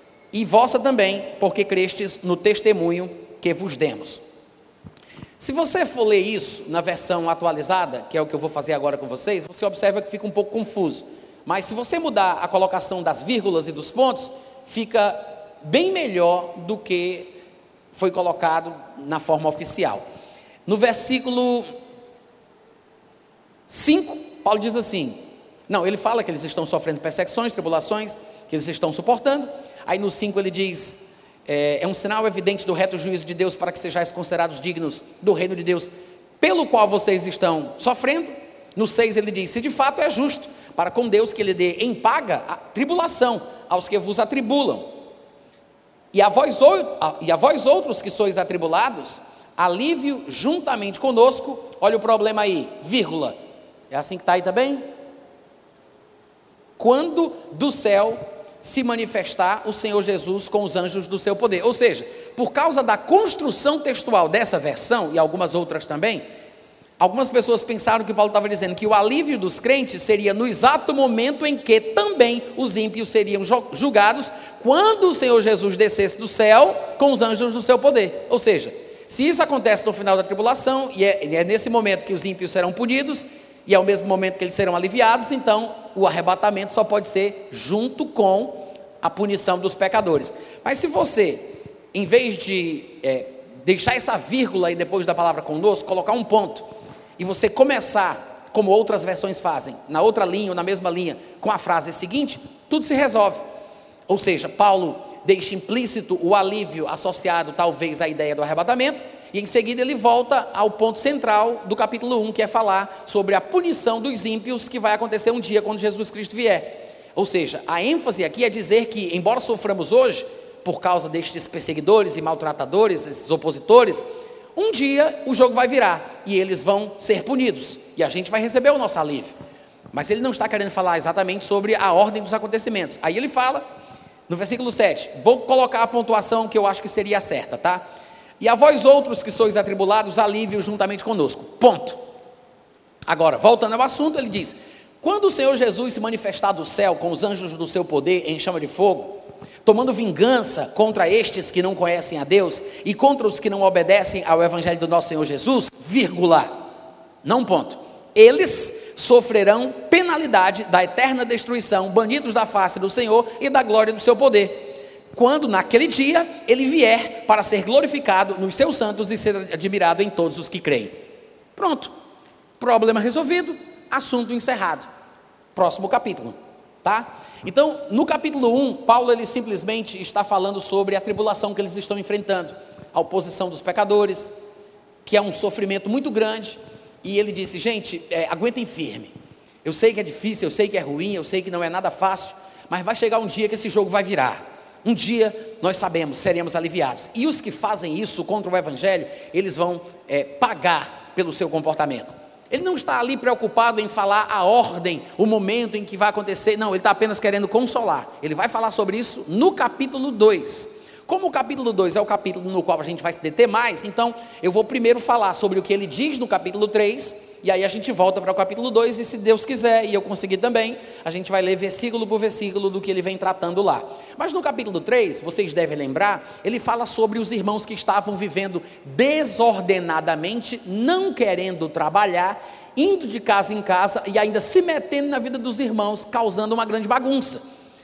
e vossa também, porque crestes no testemunho que vos demos. Se você for ler isso na versão atualizada, que é o que eu vou fazer agora com vocês, você observa que fica um pouco confuso. Mas se você mudar a colocação das vírgulas e dos pontos, fica bem melhor do que foi colocado na forma oficial. No versículo cinco, Paulo diz assim, não, ele fala que eles estão sofrendo perseguições, tribulações, que eles estão suportando. Aí no cinco ele diz, é, é um sinal evidente do reto juízo de Deus, para que sejais considerados dignos do reino de Deus, pelo qual vocês estão sofrendo. No seis ele diz, se de fato é justo para com Deus que ele dê em paga a tribulação aos que vos atribulam, e a vós, e a vós outros que sois atribulados, alívio juntamente conosco. Olha o problema aí, vírgula, é assim que está aí também? Quando do céu se manifestar o Senhor Jesus com os anjos do seu poder. Ou seja, por causa da construção textual dessa versão, e algumas outras também, algumas pessoas pensaram que Paulo estava dizendo que o alívio dos crentes seria no exato momento em que também os ímpios seriam julgados, quando o Senhor Jesus descesse do céu com os anjos do seu poder. Ou seja, se isso acontece no final da tribulação, e é, é nesse momento que os ímpios serão punidos, e é o mesmo momento que eles serão aliviados, então o arrebatamento só pode ser junto com a punição dos pecadores. Mas se você, em vez de é, deixar essa vírgula aí depois da palavra conosco, colocar um ponto, e você começar, como outras versões fazem, na outra linha ou na mesma linha, com a frase seguinte, tudo se resolve. Ou seja, Paulo deixa implícito o alívio associado talvez à ideia do arrebatamento, e em seguida ele volta ao ponto central do capítulo um, que é falar sobre a punição dos ímpios, que vai acontecer um dia quando Jesus Cristo vier. Ou seja, a ênfase aqui é dizer que, embora soframos hoje, por causa destes perseguidores e maltratadores, esses opositores, um dia o jogo vai virar, e eles vão ser punidos, e a gente vai receber o nosso alívio. Mas ele não está querendo falar exatamente sobre a ordem dos acontecimentos. Aí ele fala, no versículo sete, vou colocar a pontuação que eu acho que seria a certa, tá? E a vós outros que sois atribulados, alívio juntamente conosco, ponto. Agora, voltando ao assunto, ele diz, quando o Senhor Jesus se manifestar do céu, com os anjos do seu poder em chama de fogo, tomando vingança contra estes que não conhecem a Deus, e contra os que não obedecem ao evangelho do nosso Senhor Jesus, vírgula, não ponto, eles sofrerão penalidade da eterna destruição, banidos da face do Senhor e da glória do seu poder, quando naquele dia ele vier para ser glorificado nos seus santos e ser admirado em todos os que creem. Pronto, problema resolvido, assunto encerrado. Próximo capítulo. Tá? Então, no capítulo um, Paulo ele simplesmente está falando sobre a tribulação que eles estão enfrentando, a oposição dos pecadores, que é um sofrimento muito grande, e ele disse, gente, é, aguentem firme, eu sei que é difícil, eu sei que é ruim, eu sei que não é nada fácil, mas vai chegar um dia que esse jogo vai virar, um dia nós sabemos, seremos aliviados, e os que fazem isso contra o evangelho, eles vão é, pagar pelo seu comportamento. Ele não está ali preocupado em falar a ordem, o momento em que vai acontecer, não, ele está apenas querendo consolar. Ele vai falar sobre isso no capítulo dois. Como o capítulo dois é o capítulo no qual a gente vai se deter mais, então eu vou primeiro falar sobre o que ele diz no capítulo três, e aí a gente volta para o capítulo dois, e se Deus quiser, e eu conseguir também, a gente vai ler versículo por versículo do que ele vem tratando lá. Mas no capítulo três, vocês devem lembrar, ele fala sobre os irmãos que estavam vivendo desordenadamente, não querendo trabalhar, indo de casa em casa e ainda se metendo na vida dos irmãos, causando uma grande bagunça.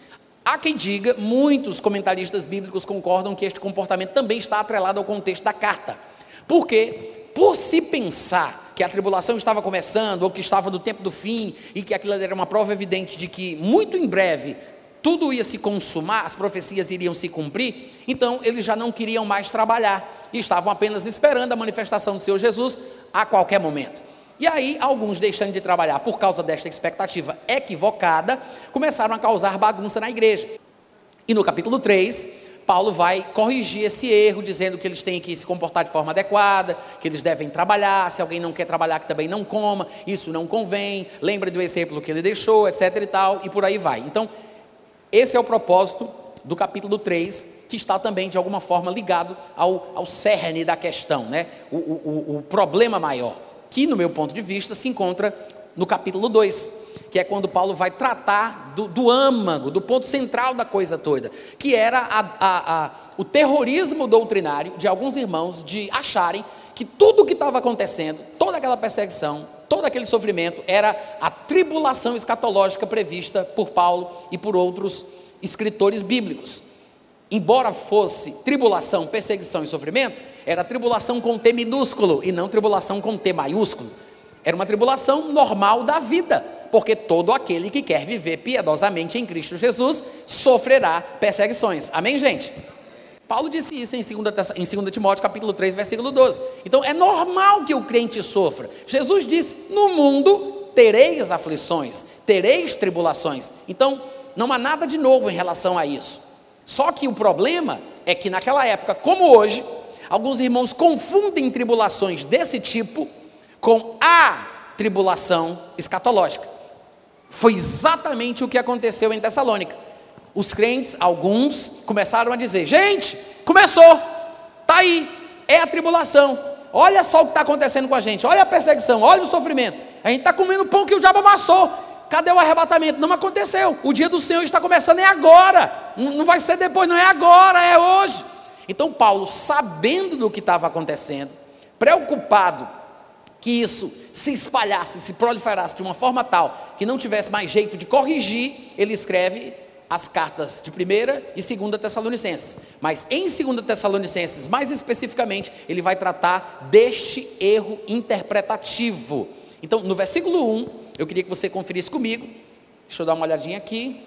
Há quem diga, muitos comentaristas bíblicos concordam que este comportamento também está atrelado ao contexto da carta, porque por se pensar que a tribulação estava começando, ou que estava no tempo do fim, e que aquilo era uma prova evidente de que muito em breve tudo ia se consumar, as profecias iriam se cumprir, então eles já não queriam mais trabalhar, e estavam apenas esperando a manifestação do Senhor Jesus a qualquer momento. E aí, alguns deixando de trabalhar por causa desta expectativa equivocada, começaram a causar bagunça na igreja. E no capítulo três, Paulo vai corrigir esse erro, dizendo que eles têm que se comportar de forma adequada, que eles devem trabalhar, se alguém não quer trabalhar, que também não coma, isso não convém, lembre do exemplo que ele deixou, etc e tal, e por aí vai. Então, esse é o propósito do capítulo três, que está também de alguma forma ligado ao, ao cerne da questão, né? o, o, o problema maior, que no meu ponto de vista se encontra no capítulo dois, que é quando Paulo vai tratar do, do âmago, do ponto central da coisa toda, que era a, a, a, o terrorismo doutrinário de alguns irmãos, de acharem que tudo o que estava acontecendo, toda aquela perseguição, todo aquele sofrimento, era a tribulação escatológica prevista por Paulo e por outros escritores bíblicos. Embora fosse tribulação, perseguição e sofrimento, era tribulação com T minúsculo e não tribulação com T maiúsculo. Era uma tribulação normal da vida, porque todo aquele que quer viver piedosamente em Cristo Jesus sofrerá perseguições. Amém, gente? Paulo disse isso em dois Timóteo capítulo três, versículo doze. Então é normal que o crente sofra. Jesus disse, no mundo tereis aflições, tereis tribulações. Então não há nada de novo em relação a isso. Só que o problema é que naquela época, como hoje, alguns irmãos confundem tribulações desse tipo com a tribulação escatológica. Foi exatamente o que aconteceu em Tessalônica. Os crentes, alguns, começaram a dizer, gente, começou, está aí, é a tribulação, olha só o que está acontecendo com a gente, olha a perseguição, olha o sofrimento, a gente está comendo pão que o diabo amassou, cadê o arrebatamento? Não aconteceu, o dia do Senhor está começando, é agora, não vai ser depois, não é agora, é hoje. Então Paulo, sabendo do que estava acontecendo, preocupado que isso se espalhasse, se proliferasse de uma forma tal, que não tivesse mais jeito de corrigir, ele escreve as cartas de primeira e segunda Tessalonicenses, mas em segunda Tessalonicenses, mais especificamente, ele vai tratar deste erro interpretativo. Então, no versículo um, eu queria que você conferisse comigo, deixa eu dar uma olhadinha aqui,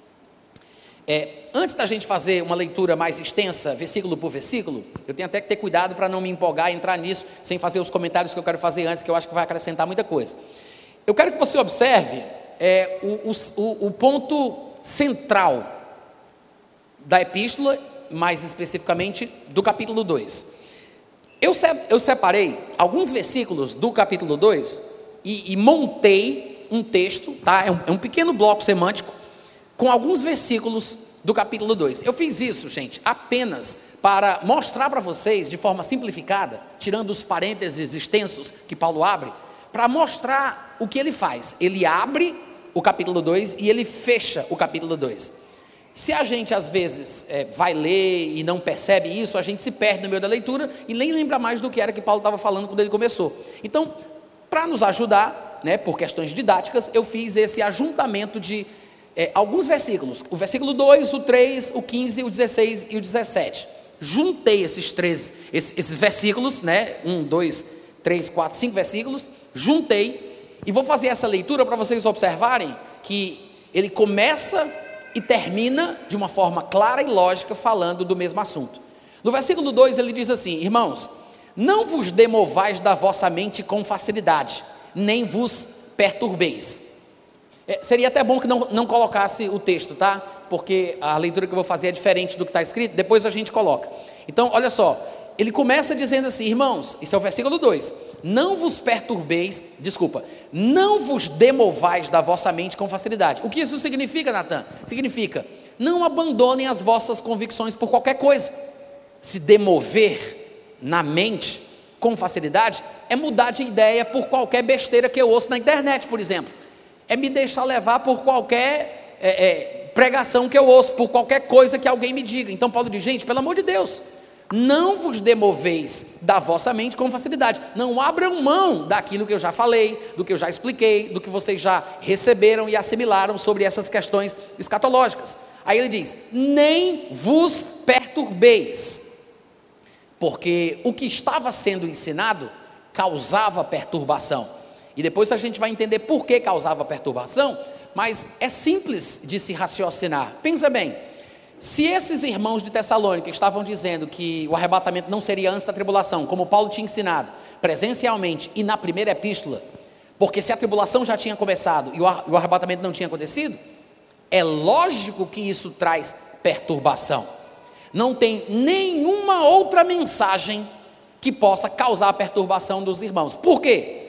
é, antes da gente fazer uma leitura mais extensa, versículo por versículo, eu tenho até que ter cuidado para não me empolgar e entrar nisso, sem fazer os comentários que eu quero fazer antes, que eu acho que vai acrescentar muita coisa. Eu quero que você observe é, o, o, o ponto central da epístola, mais especificamente do capítulo dois. Eu, se, eu separei alguns versículos do capítulo dois e, e montei um texto, tá? é, um, é um pequeno bloco semântico com alguns versículos do capítulo dois. Eu fiz isso, gente, apenas para mostrar para vocês, de forma simplificada, tirando os parênteses extensos que Paulo abre, para mostrar o que ele faz. Ele abre o capítulo dois e ele fecha o capítulo dois. Se a gente às vezes é, vai ler e não percebe isso, a gente se perde no meio da leitura e nem lembra mais do que era que Paulo estava falando quando ele começou. Então, para nos ajudar, né, por questões didáticas, eu fiz esse ajuntamento de é, alguns versículos, o versículo dois, o três, o quinze, o dezesseis e o dezessete. Juntei esses três, esses, esses versículos, né, um, dois, três, quatro, cinco versículos, juntei, e vou fazer essa leitura para vocês observarem que ele começa e termina de uma forma clara e lógica, falando do mesmo assunto. No versículo dois ele diz assim: irmãos, não vos demovais da vossa mente com facilidade, nem vos perturbeis. É, seria até bom que não, não colocasse o texto, tá? Porque a leitura que eu vou fazer é diferente do que está escrito, depois a gente coloca. Então, olha só, ele começa dizendo assim: irmãos, isso é o versículo dois, não vos perturbeis, desculpa, não vos demovais da vossa mente com facilidade. O que isso significa, Natan? Significa, não abandonem as vossas convicções por qualquer coisa. Se demover na mente com facilidade é mudar de ideia por qualquer besteira que eu ouço na internet, por exemplo. É me deixar levar por qualquer é, é, pregação que eu ouço, por qualquer coisa que alguém me diga. Então Paulo diz: gente, pelo amor de Deus, não vos demoveis da vossa mente com facilidade. Não abram mão daquilo que eu já falei, do que eu já expliquei, do que vocês já receberam e assimilaram sobre essas questões escatológicas. Aí ele diz: nem vos perturbeis, porque o que estava sendo ensinado causava perturbação. E depois a gente vai entender por que causava perturbação, mas é simples de se raciocinar. Pensa bem, se esses irmãos de Tessalônica estavam dizendo que o arrebatamento não seria antes da tribulação, como Paulo tinha ensinado, presencialmente e na primeira epístola, porque se a tribulação já tinha começado e o arrebatamento não tinha acontecido, é lógico que isso traz perturbação. Não tem nenhuma outra mensagem que possa causar perturbação dos irmãos. Por quê?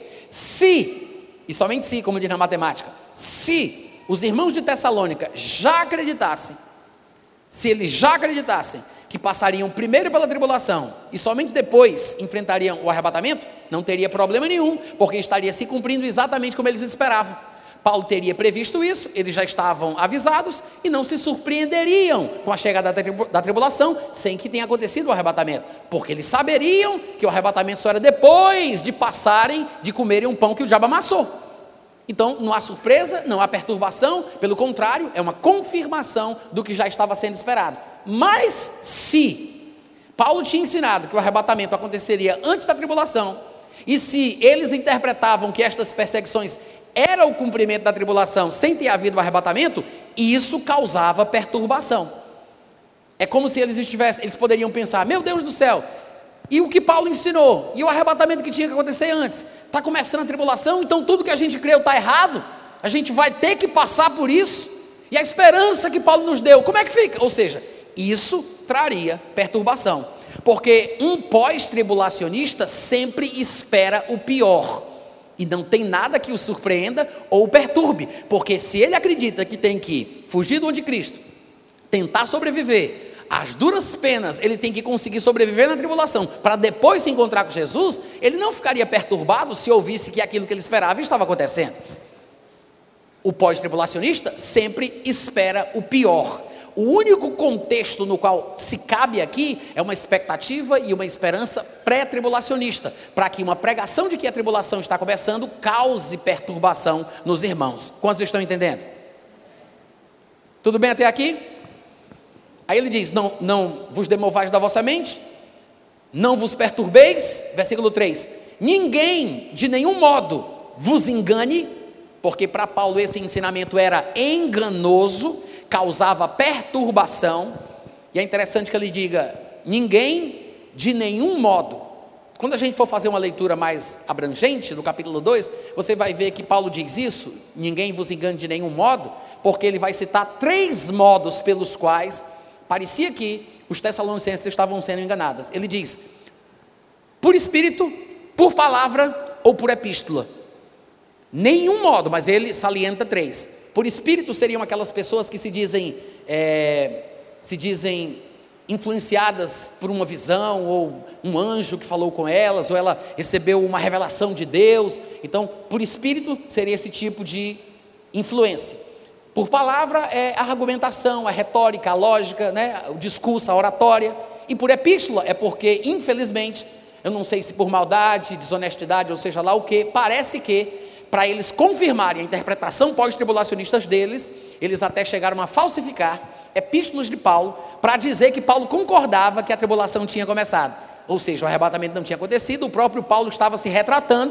Se, e somente se, como diz na matemática, se os irmãos de Tessalônica já acreditassem, se eles já acreditassem que passariam primeiro pela tribulação e somente depois enfrentariam o arrebatamento, não teria problema nenhum, porque estaria se cumprindo exatamente como eles esperavam. Paulo teria previsto isso, eles já estavam avisados e não se surpreenderiam com a chegada da tribulação sem que tenha acontecido o arrebatamento, porque eles saberiam que o arrebatamento só era depois de passarem, de comerem um pão que o diabo amassou. Então não há surpresa, não há perturbação, pelo contrário, é uma confirmação do que já estava sendo esperado. Mas se Paulo tinha ensinado que o arrebatamento aconteceria antes da tribulação, e se eles interpretavam que estas perseguições era o cumprimento da tribulação sem ter havido o arrebatamento, isso causava perturbação. É como se eles estivessem, eles poderiam pensar: meu Deus do céu, e o que Paulo ensinou, e o arrebatamento que tinha que acontecer antes, está começando a tribulação, então tudo que a gente creu está errado, a gente vai ter que passar por isso, e a esperança que Paulo nos deu, como é que fica? Ou seja, isso traria perturbação, porque um pós-tribulacionista sempre espera o pior, e não tem nada que o surpreenda ou o perturbe, porque se ele acredita que tem que fugir do anticristo, tentar sobreviver às duras penas, ele tem que conseguir sobreviver na tribulação, para depois se encontrar com Jesus, ele não ficaria perturbado se ouvisse que aquilo que ele esperava estava acontecendo. O pós-tribulacionista sempre espera o pior. O único contexto no qual se cabe aqui é uma expectativa e uma esperança pré-tribulacionista, para que uma pregação de que a tribulação está começando cause perturbação nos irmãos. Quantos estão entendendo? Tudo bem até aqui? Aí ele diz: não, não vos demovais da vossa mente, não vos perturbeis, versículo três, ninguém de nenhum modo vos engane, porque para Paulo esse ensinamento era enganoso, causava perturbação, e é interessante que ele diga: ninguém de nenhum modo. Quando a gente for fazer uma leitura mais abrangente, no capítulo dois, você vai ver que Paulo diz isso, ninguém vos engane de nenhum modo, porque ele vai citar três modos pelos quais parecia que os tessalonicenses estavam sendo enganados. Ele diz: por espírito, por palavra ou por epístola. Nenhum modo, mas ele salienta três. Por espírito seriam aquelas pessoas que se dizem, é, se dizem influenciadas por uma visão, ou um anjo que falou com elas, ou ela recebeu uma revelação de Deus. Então, por espírito seria esse tipo de influência. Por palavra é a argumentação, a retórica, a lógica, né? O discurso, a oratória. E por epístola é porque, infelizmente, eu não sei se por maldade, desonestidade, ou seja lá o que, parece que para eles confirmarem a interpretação pós-tribulacionistas deles, eles até chegaram a falsificar epístolas de Paulo, para dizer que Paulo concordava que a tribulação tinha começado, ou seja, o arrebatamento não tinha acontecido, o próprio Paulo estava se retratando,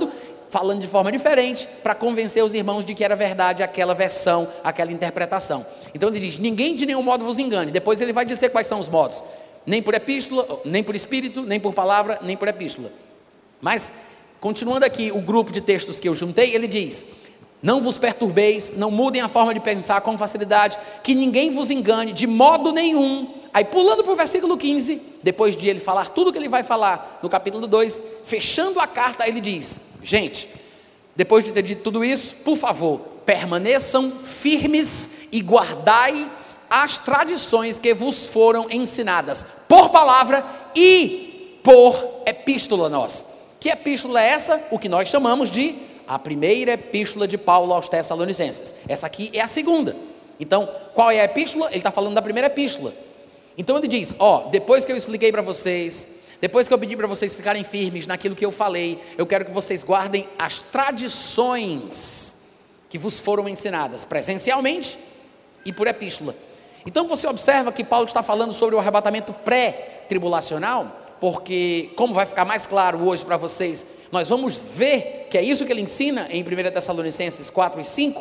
falando de forma diferente, para convencer os irmãos de que era verdade aquela versão, aquela interpretação. Então ele diz, ninguém de nenhum modo vos engane. Depois ele vai dizer quais são os modos. Nem por epístola, nem por espírito, nem por palavra, nem por epístola. Mas, continuando aqui o grupo de textos que eu juntei, ele diz, não vos perturbeis, não mudem a forma de pensar com facilidade, que ninguém vos engane de modo nenhum. Aí pulando para o versículo quinze, depois de ele falar tudo que ele vai falar no capítulo dois, fechando a carta, ele diz, gente, depois de ter dito tudo isso, por favor, permaneçam firmes e guardai as tradições que vos foram ensinadas, por palavra e por epístola nossa. Que epístola é essa? O que nós chamamos de a primeira epístola de Paulo aos Tessalonicenses. Essa aqui é a segunda. Então, qual é a epístola? Ele está falando da primeira epístola. Então ele diz, ó, depois que eu expliquei para vocês, depois que eu pedi para vocês ficarem firmes naquilo que eu falei, eu quero que vocês guardem as tradições que vos foram ensinadas, presencialmente e por epístola. Então você observa que Paulo está falando sobre o arrebatamento pré-tribulacional, porque, como vai ficar mais claro hoje para vocês, nós vamos ver que é isso que ele ensina em primeira Tessalonicenses quatro e cinco,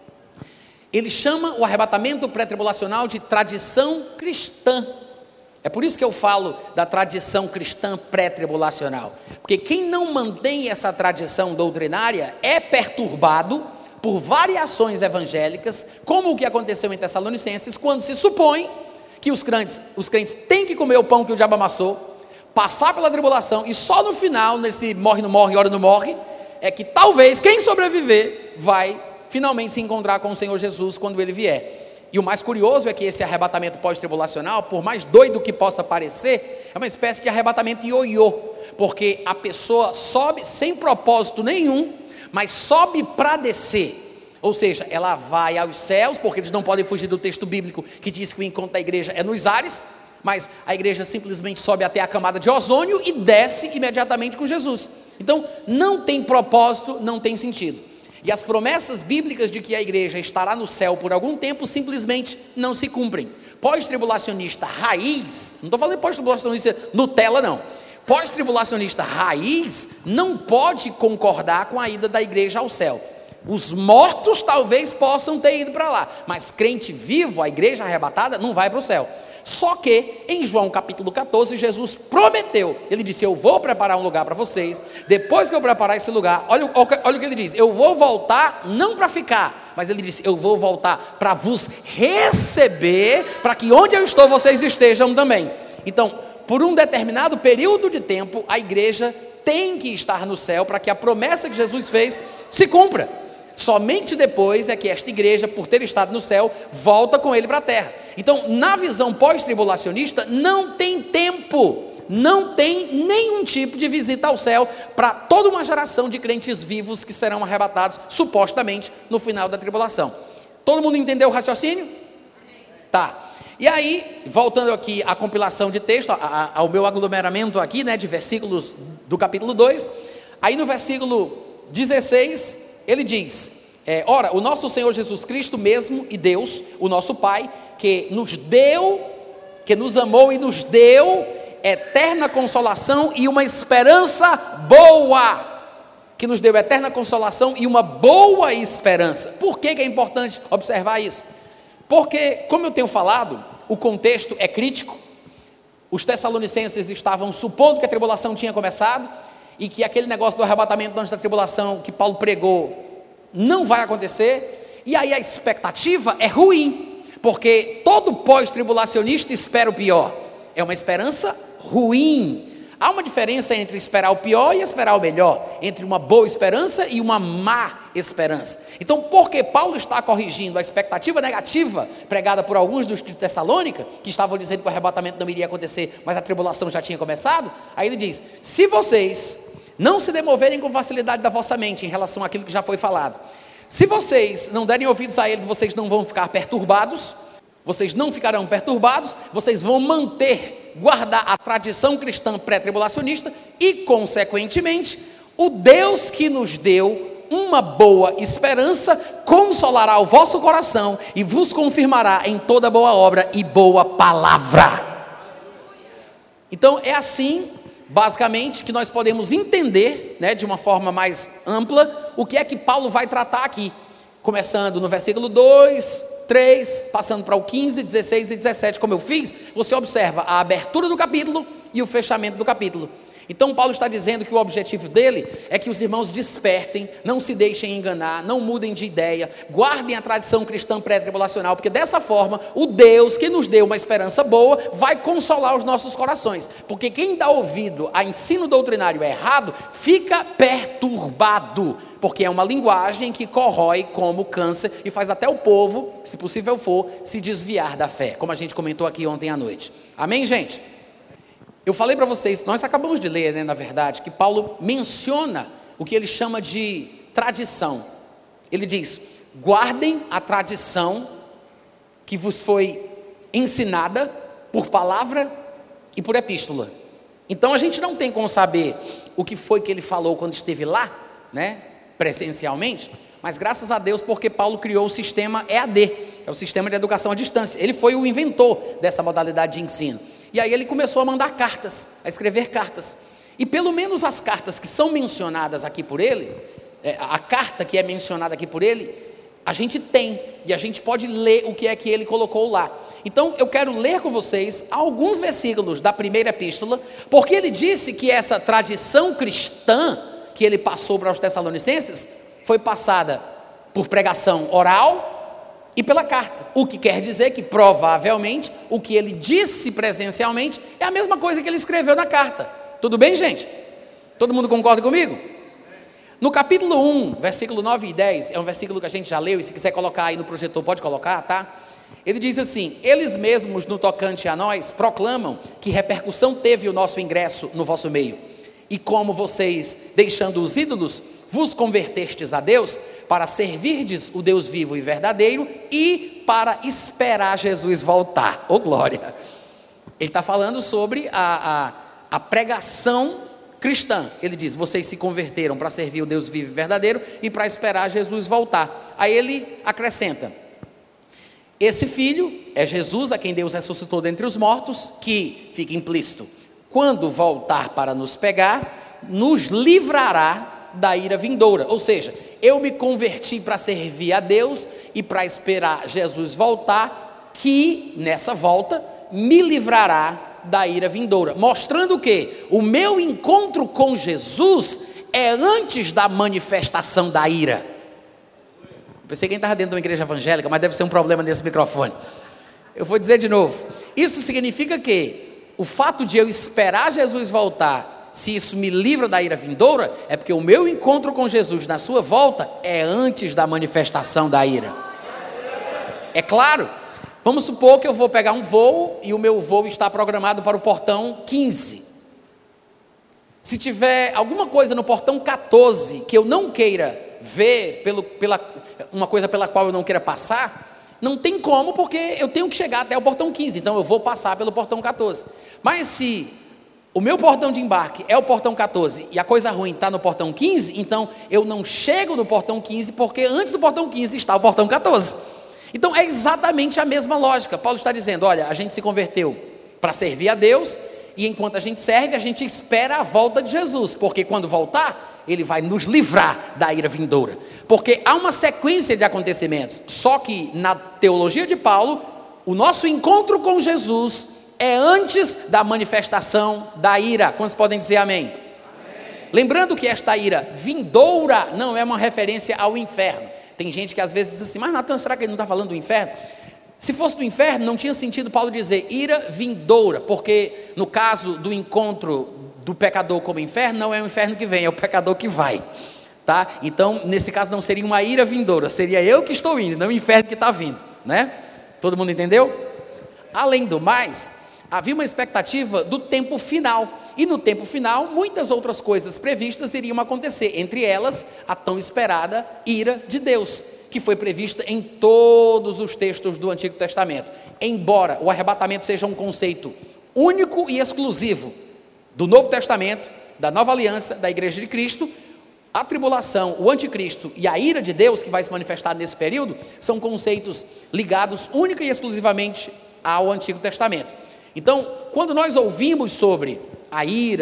ele chama o arrebatamento pré-tribulacional de tradição cristã. É por isso que eu falo da tradição cristã pré-tribulacional, porque quem não mantém essa tradição doutrinária é perturbado por variações evangélicas, como o que aconteceu em Tessalonicenses, quando se supõe que os crentes, os crentes têm que comer o pão que o diabo amassou, passar pela tribulação, e só no final, nesse morre não morre, ora não morre, é que talvez quem sobreviver vai finalmente se encontrar com o Senhor Jesus quando ele vier. E o mais curioso é que esse arrebatamento pós-tribulacional, por mais doido que possa parecer, é uma espécie de arrebatamento ioiô, porque a pessoa sobe sem propósito nenhum, mas sobe para descer, ou seja, ela vai aos céus, porque eles não podem fugir do texto bíblico que diz que o encontro da igreja é nos ares, mas a igreja simplesmente sobe até a camada de ozônio e desce imediatamente com Jesus. Então não tem propósito, não tem sentido. E as promessas bíblicas de que a igreja estará no céu por algum tempo simplesmente não se cumprem. Pós-tribulacionista raiz, não estou falando de pós-tribulacionista Nutella não, pós-tribulacionista raiz não pode concordar com a ida da igreja ao céu. Os mortos talvez possam ter ido para lá, mas crente vivo, a igreja arrebatada, não vai para o céu. Só que em João capítulo catorze, Jesus prometeu, ele disse, eu vou preparar um lugar para vocês, depois que eu preparar esse lugar, olha, olha o que ele diz, eu vou voltar não para ficar, mas ele disse, eu vou voltar para vos receber, para que onde eu estou vocês estejam também. Então, por um determinado período de tempo, a igreja tem que estar no céu, para que a promessa que Jesus fez se cumpra. Somente depois é que esta igreja, por ter estado no céu, volta com ele para a terra. Então, na visão pós-tribulacionista, não tem tempo, não tem nenhum tipo de visita ao céu para toda uma geração de crentes vivos que serão arrebatados, supostamente, no final da tribulação. Todo mundo entendeu o raciocínio? Tá. E aí, voltando aqui à compilação de texto, a, a, ao meu aglomeramento aqui, né, de versículos do capítulo dois, aí no versículo dezesseis, ele diz, é, ora, o nosso Senhor Jesus Cristo mesmo e Deus, o nosso Pai, que nos deu, que nos amou e nos deu eterna consolação e uma esperança boa, que nos deu eterna consolação e uma boa esperança. Por que que é importante observar isso? Porque, como eu tenho falado, o contexto é crítico, os tessalonicenses estavam supondo que a tribulação tinha começado, e que aquele negócio do arrebatamento antes da tribulação que Paulo pregou não vai acontecer, e aí a expectativa é ruim, porque todo pós-tribulacionista espera o pior, é uma esperança ruim. Há uma diferença entre esperar o pior e esperar o melhor, entre uma boa esperança e uma má esperança. Então, porque Paulo está corrigindo a expectativa negativa pregada por alguns dos de Tessalônica, que estavam dizendo que o arrebatamento não iria acontecer, mas a tribulação já tinha começado, aí ele diz, se vocês não se demoverem com facilidade da vossa mente em relação àquilo que já foi falado, se vocês não derem ouvidos a eles, vocês não vão ficar perturbados, vocês não ficarão perturbados, vocês vão manter, guardar a tradição cristã pré-tribulacionista e, consequentemente, o Deus que nos deu uma boa esperança consolará o vosso coração e vos confirmará em toda boa obra e boa palavra. Então é assim, basicamente, que nós podemos entender, né, de uma forma mais ampla, o que é que Paulo vai tratar aqui, começando no versículo dois, três, passando para o quinze, dezesseis e dezessete, como eu fiz. Você observa a abertura do capítulo e o fechamento do capítulo. Então Paulo está dizendo que o objetivo dele é que os irmãos despertem, não se deixem enganar, não mudem de ideia, guardem a tradição cristã pré-tribulacional, porque dessa forma o Deus que nos deu uma esperança boa vai consolar os nossos corações, porque quem dá ouvido a ensino doutrinário errado fica perturbado, porque é uma linguagem que corrói como câncer e faz até o povo, se possível for, se desviar da fé, como a gente comentou aqui ontem à noite. Amém, gente? Eu falei para vocês, nós acabamos de ler, né, na verdade, que Paulo menciona o que ele chama de tradição. Ele diz: guardem a tradição que vos foi ensinada por palavra e por epístola. Então a gente não tem como saber o que foi que ele falou quando esteve lá, né, presencialmente, mas graças a Deus, porque Paulo criou o sistema E A D, é o sistema de educação à distância. Ele foi o inventor dessa modalidade de ensino. E aí ele começou a mandar cartas, a escrever cartas. E pelo menos as cartas que são mencionadas aqui por ele, é, a carta que é mencionada aqui por ele, a gente tem, e a gente pode ler o que é que ele colocou lá. Então eu quero ler com vocês alguns versículos da primeira epístola, porque ele disse que essa tradição cristã que ele passou para os Tessalonicenses foi passada por pregação oral e pela carta, o que quer dizer que provavelmente o que ele disse presencialmente é a mesma coisa que ele escreveu na carta. Tudo bem, gente? Todo mundo concorda comigo? No capítulo um, versículo nove e dez, é um versículo que a gente já leu, e se quiser colocar aí no projetor, pode colocar, tá? Ele diz assim: eles mesmos no tocante a nós proclamam que repercussão teve o nosso ingresso no vosso meio, e como vocês, deixando os ídolos, vos convertestes a Deus, para servirdes o Deus vivo e verdadeiro, e para esperar Jesus voltar. Ô glória! Ele está falando sobre a, a, a pregação cristã. Ele diz: vocês se converteram para servir o Deus vivo e verdadeiro, e para esperar Jesus voltar. Aí ele acrescenta: esse filho é Jesus, a quem Deus ressuscitou dentre os mortos, que, fica implícito, quando voltar para nos pegar, nos livrará da ira vindoura. Ou seja, eu me converti para servir a Deus e para esperar Jesus voltar, que nessa volta me livrará da ira vindoura, mostrando que o meu encontro com Jesus é antes da manifestação da ira. Pensei que quem estava dentro de uma igreja evangélica, mas deve ser um problema nesse microfone. Eu vou dizer de novo: isso significa que o fato de eu esperar Jesus voltar, se isso me livra da ira vindoura, é porque o meu encontro com Jesus na sua volta é antes da manifestação da ira. É claro, vamos supor que eu vou pegar um voo e o meu voo está programado para o portão quinze. Se tiver alguma coisa no portão quatorze que eu não queira ver, pelo, pela, uma coisa pela qual eu não queira passar, não tem como, porque eu tenho que chegar até o portão quinze, então eu vou passar pelo portão quatorze. Mas se o meu portão de embarque é o portão quatorze e a coisa ruim está no portão quinze, então eu não chego no portão quinze, porque antes do portão quinze está o portão quatorze. Então é exatamente a mesma lógica. Paulo está dizendo: olha, a gente se converteu para servir a Deus, e enquanto a gente serve, a gente espera a volta de Jesus, porque quando voltar, ele vai nos livrar da ira vindoura. Porque há uma sequência de acontecimentos, só que na teologia de Paulo, o nosso encontro com Jesus é antes da manifestação da ira. Quantos podem dizer amém? Amém? Lembrando que esta ira vindoura não é uma referência ao inferno. Tem gente que às vezes diz assim: mas Natan, será que ele não está falando do inferno? Se fosse do inferno, não tinha sentido Paulo dizer ira vindoura, porque no caso do encontro do pecador com o inferno, não é o inferno que vem, é o pecador que vai, tá? Então, nesse caso não seria uma ira vindoura, seria eu que estou indo, não o inferno que está vindo, né? Todo mundo entendeu? Além do mais, havia uma expectativa do tempo final, e no tempo final, muitas outras coisas previstas iriam acontecer, entre elas, a tão esperada ira de Deus, que foi prevista em todos os textos do Antigo Testamento. Embora o arrebatamento seja um conceito único e exclusivo do Novo Testamento, da Nova Aliança, da Igreja de Cristo, a tribulação, o anticristo e a ira de Deus, que vai se manifestar nesse período, são conceitos ligados única e exclusivamente ao Antigo Testamento. Então, quando nós ouvimos sobre a ira,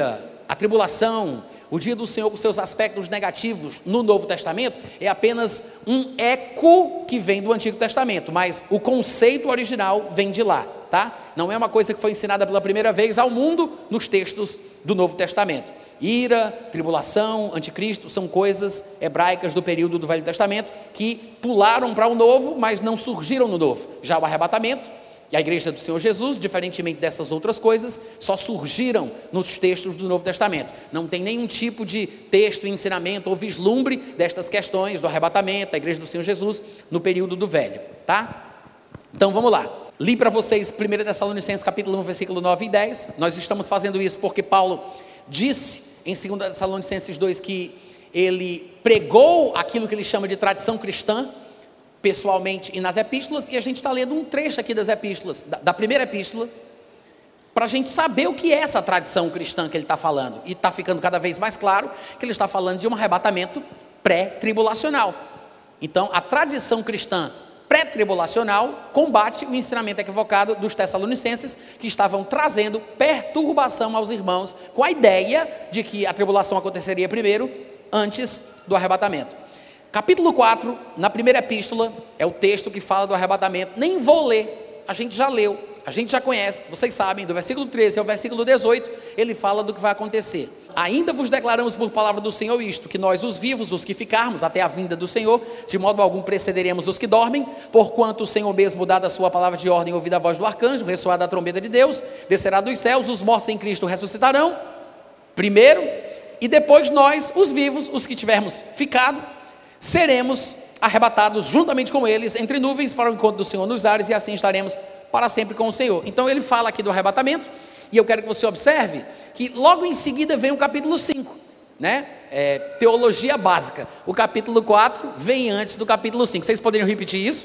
a tribulação, o dia do Senhor com seus aspectos negativos no Novo Testamento, é apenas um eco que vem do Antigo Testamento, mas o conceito original vem de lá, tá? Não é uma coisa que foi ensinada pela primeira vez ao mundo nos textos do Novo Testamento. Ira, tribulação, anticristo, são coisas hebraicas do período do Velho Testamento que pularam para o Novo, mas não surgiram no Novo. Já o arrebatamento e a igreja do Senhor Jesus, diferentemente dessas outras coisas, só surgiram nos textos do Novo Testamento. Não tem nenhum tipo de texto, ensinamento ou vislumbre destas questões do arrebatamento, da igreja do Senhor Jesus, no período do Velho, tá? Então vamos lá. Li para vocês primeira Tessalonicenses capítulo um, versículo nove e dez. Nós estamos fazendo isso porque Paulo disse em segunda Tessalonicenses dois que ele pregou aquilo que ele chama de tradição cristã, pessoalmente e nas epístolas, e a gente está lendo um trecho aqui das epístolas, da, da primeira epístola, para a gente saber o que é essa tradição cristã que ele está falando, e está ficando cada vez mais claro que ele está falando de um arrebatamento pré-tribulacional. Então a tradição cristã pré-tribulacional combate o ensinamento equivocado dos tessalonicenses, que estavam trazendo perturbação aos irmãos, com a ideia de que a tribulação aconteceria primeiro, antes do arrebatamento. Capítulo quatro, na primeira epístola, é o texto que fala do arrebatamento. Nem vou ler, a gente já leu, a gente já conhece, vocês sabem, do versículo treze ao versículo dezoito, ele fala do que vai acontecer. Ainda vos declaramos por palavra do Senhor isto, que nós os vivos, os que ficarmos até a vinda do Senhor, de modo algum precederemos os que dormem, porquanto o Senhor mesmo, dada a sua palavra de ordem, ouvida a voz do arcanjo, ressoada a trombeta de Deus, descerá dos céus, os mortos em Cristo ressuscitarão, primeiro, e depois nós, os vivos, os que tivermos ficado, seremos arrebatados juntamente com eles, entre nuvens, para o encontro do Senhor nos ares, e assim estaremos para sempre com o Senhor. Então ele fala aqui do arrebatamento, e eu quero que você observe que logo em seguida vem o capítulo cinco, né? É, teologia básica. O capítulo quatro vem antes do capítulo cinco. Vocês poderiam repetir isso?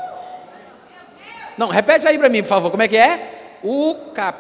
Não, repete aí para mim, por favor. Como é que é? O cap...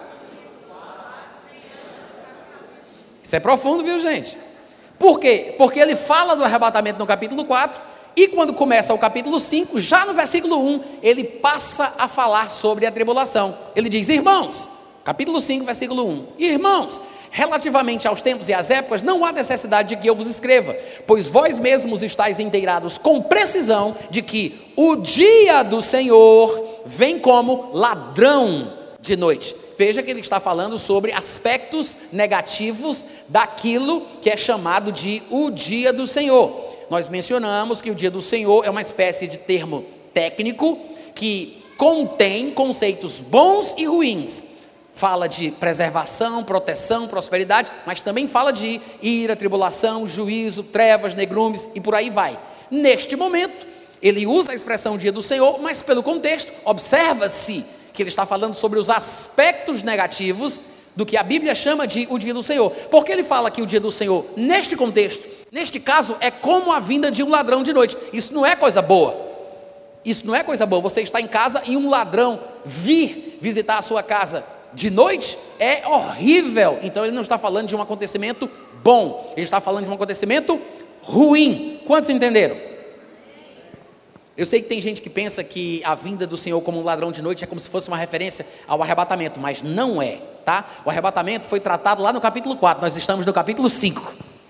Isso é profundo, viu, gente? Por quê? Porque ele fala do arrebatamento no capítulo quatro, e quando começa o capítulo cinco, já no versículo um, ele passa a falar sobre a tribulação. Ele diz: irmãos, capítulo cinco, versículo um, irmãos, relativamente aos tempos e às épocas, não há necessidade de que eu vos escreva, pois vós mesmos estáis inteirados com precisão de que o dia do Senhor vem como ladrão de noite. Veja que ele está falando sobre aspectos negativos daquilo que é chamado de o dia do Senhor. Nós mencionamos que o dia do Senhor é uma espécie de termo técnico que contém conceitos bons e ruins. Fala de preservação, proteção, prosperidade, mas também fala de ira, tribulação, juízo, trevas, negrumes e por aí vai. Neste momento, ele usa a expressão dia do Senhor, mas pelo contexto, observa-se que ele está falando sobre os aspectos negativos do que a Bíblia chama de o dia do Senhor. Porque ele fala que o dia do Senhor, neste contexto, neste caso, é como a vinda de um ladrão de noite. Isso não é coisa boa. Isso não é coisa boa. Você está em casa e um ladrão vir visitar a sua casa de noite é horrível. Então ele não está falando de um acontecimento bom, ele está falando de um acontecimento ruim. Quantos entenderam? Eu sei que tem gente que pensa que a vinda do Senhor como um ladrão de noite é como se fosse uma referência ao arrebatamento, mas não é, tá? O arrebatamento foi tratado lá no capítulo quatro, nós estamos no capítulo cinco.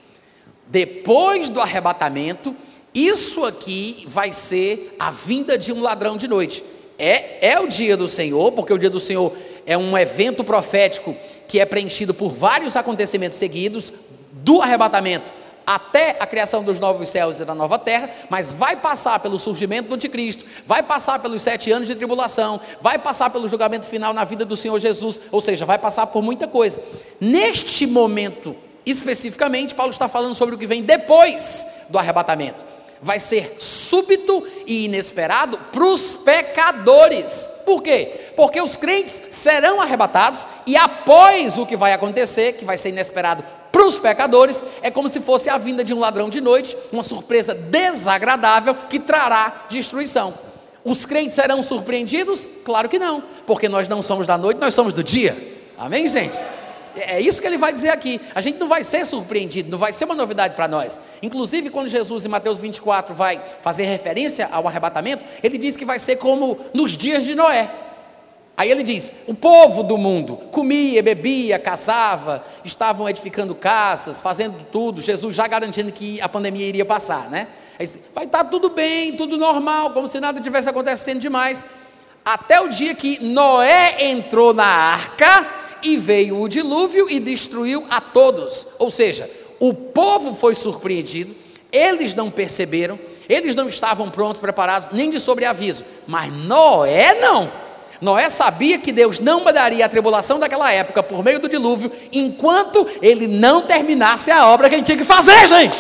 Depois do arrebatamento, isso aqui vai ser a vinda de um ladrão de noite. É, é o dia do Senhor, porque o dia do Senhor é um evento profético que é preenchido por vários acontecimentos seguidos, do arrebatamento até a criação dos novos céus e da nova terra, mas vai passar pelo surgimento do anticristo, vai passar pelos sete anos de tribulação, vai passar pelo julgamento final na vida do Senhor Jesus, ou seja, vai passar por muita coisa. Neste momento, especificamente, Paulo está falando sobre o que vem depois do arrebatamento. Vai ser súbito e inesperado para os pecadores. Por quê? Porque os crentes serão arrebatados, e após o que vai acontecer, que vai ser inesperado para os pecadores, é como se fosse a vinda de um ladrão de noite, uma surpresa desagradável que trará destruição. Os crentes serão surpreendidos? Claro que não, porque nós não somos da noite, nós somos do dia. Amém, gente? É isso que ele vai dizer aqui. A gente não vai ser surpreendido, não vai ser uma novidade para nós. Inclusive, quando Jesus em Mateus vinte e quatro vai fazer referência ao arrebatamento, ele diz que vai ser como nos dias de Noé. Aí ele diz, o povo do mundo comia, bebia, casava, estavam edificando casas, fazendo tudo, Jesus já garantindo que a pandemia iria passar, né? Aí, vai estar tudo bem, tudo normal, como se nada tivesse acontecendo demais, até o dia que Noé entrou na arca e veio o dilúvio e destruiu a todos. Ou seja, o povo foi surpreendido, eles não perceberam, eles não estavam prontos, preparados, nem de sobreaviso, mas Noé não. Noé sabia que Deus não mandaria a tribulação daquela época por meio do dilúvio, enquanto ele não terminasse a obra que ele tinha que fazer, gente.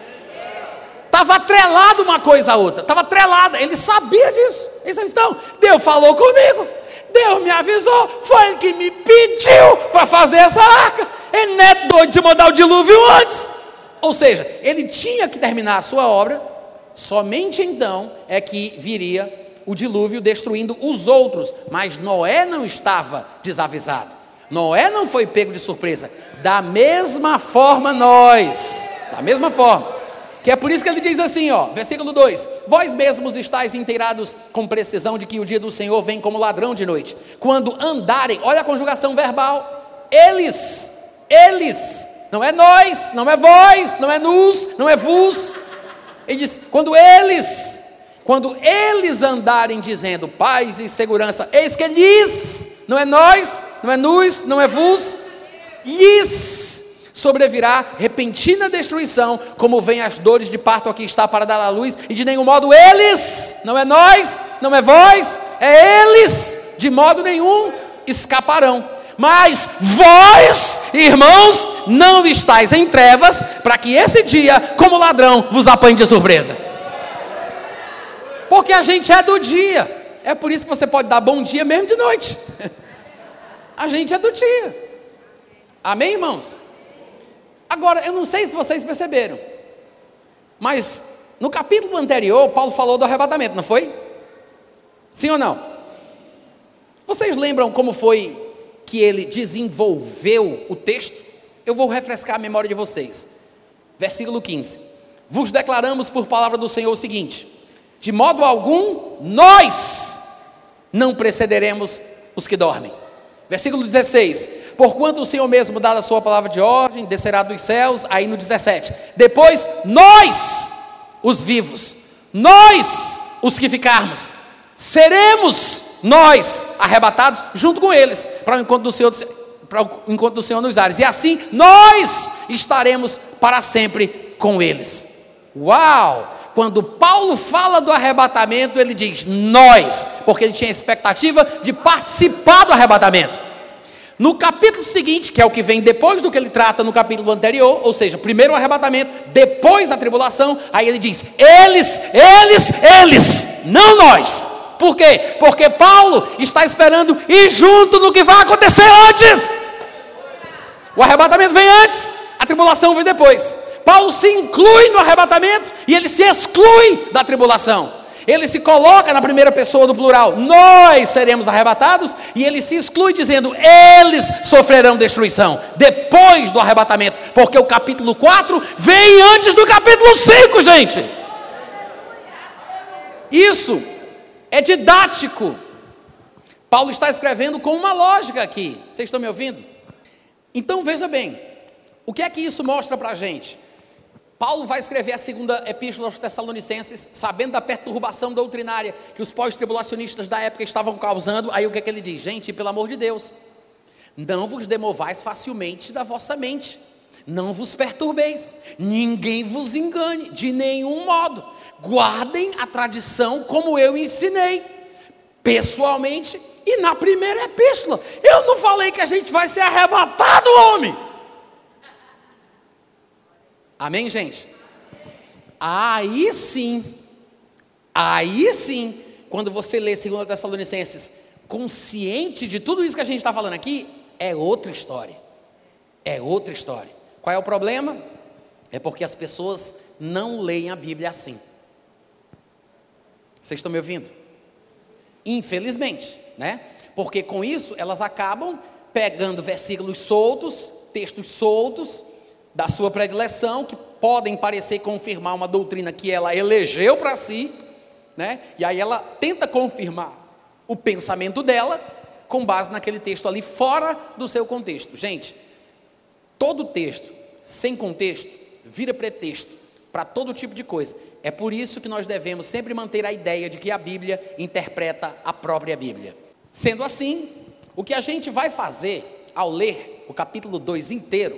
Estava atrelado uma coisa à outra, estava atrelada, ele sabia disso. Ele sabia, então, Deus falou comigo, Deus me avisou, foi ele que me pediu para fazer essa arca, ele não é doido de mandar o dilúvio antes. Ou seja, ele tinha que terminar a sua obra, somente então é que viria o dilúvio destruindo os outros, mas Noé não estava desavisado, Noé não foi pego de surpresa, da mesma forma nós, da mesma forma, que é por isso que ele diz assim, ó, versículo dois, vós mesmos estáis inteirados com precisão de que o dia do Senhor vem como ladrão de noite, quando andarem, olha a conjugação verbal, eles, eles, não é nós, não é vós, não é nus, não é vos, ele diz, quando eles, quando eles andarem dizendo paz e segurança, eis que lhes, não é nós, não é nus, não é vos, lhes sobrevirá repentina destruição, como vem as dores de parto aqui está para dar à luz, e de nenhum modo eles, não é nós, não é vós, é eles, de modo nenhum escaparão. Mas vós, irmãos, não estáis em trevas, para que esse dia, como ladrão, vos apanhe de surpresa. Porque a gente é do dia, é por isso que você pode dar bom dia mesmo de noite. A gente é do dia. Amém, irmãos? Agora, eu não sei se vocês perceberam, mas no capítulo anterior, Paulo falou do arrebatamento, não foi? Sim ou não? Vocês lembram como foi que ele desenvolveu o texto? Eu vou refrescar a memória de vocês. Versículo quinze. Vos declaramos por palavra do Senhor o seguinte: de modo algum, nós não precederemos os que dormem. Versículo dezesseis, porquanto o Senhor mesmo, dada a sua palavra de ordem, descerá dos céus, aí no dezessete, depois nós, os vivos, nós, os que ficarmos, seremos nós arrebatados junto com eles, para o encontro do Senhor, para o encontro do Senhor nos ares, e assim nós estaremos para sempre com eles. Uau! Quando Paulo fala do arrebatamento, ele diz nós, porque ele tinha expectativa de participar do arrebatamento. No capítulo seguinte, que é o que vem depois do que ele trata no capítulo anterior, ou seja, primeiro o arrebatamento, depois a tribulação, aí ele diz, eles, eles, eles, não nós. Por quê? Porque Paulo está esperando ir junto no que vai acontecer antes. O arrebatamento vem antes, a tribulação vem depois. Paulo se inclui no arrebatamento e ele se exclui da tribulação. Ele se coloca na primeira pessoa do plural, nós seremos arrebatados, e ele se exclui dizendo, eles sofrerão destruição, depois do arrebatamento, porque o capítulo quatro vem antes do capítulo cinco, gente. Isso é didático. Paulo está escrevendo com uma lógica aqui, vocês estão me ouvindo? Então veja bem, o que é que isso mostra para a gente? Paulo vai escrever a segunda epístola aos Tessalonicenses, sabendo da perturbação doutrinária que os pós-tribulacionistas da época estavam causando. Aí o que é que ele diz? Gente, pelo amor de Deus, não vos demovais facilmente da vossa mente, não vos perturbeis, ninguém vos engane, de nenhum modo, guardem a tradição como eu ensinei, pessoalmente e na primeira epístola. Eu não falei que a gente vai ser arrebatado, homem. Amém, gente? Aí sim, aí sim, quando você lê segunda Tessalonicenses, consciente de tudo isso que a gente está falando aqui, é outra história, é outra história. Qual é o problema? É porque as pessoas não leem a Bíblia assim. Vocês estão me ouvindo? Infelizmente, né? Porque com isso elas acabam pegando versículos soltos, textos soltos, da sua predileção, que podem parecer confirmar uma doutrina que ela elegeu para si, né? E aí ela tenta confirmar o pensamento dela, com base naquele texto ali, fora do seu contexto. Gente, todo texto sem contexto vira pretexto para todo tipo de coisa. É por isso que nós devemos sempre manter a ideia de que a Bíblia interpreta a própria Bíblia. Sendo assim, o que a gente vai fazer ao ler o capítulo dois inteiro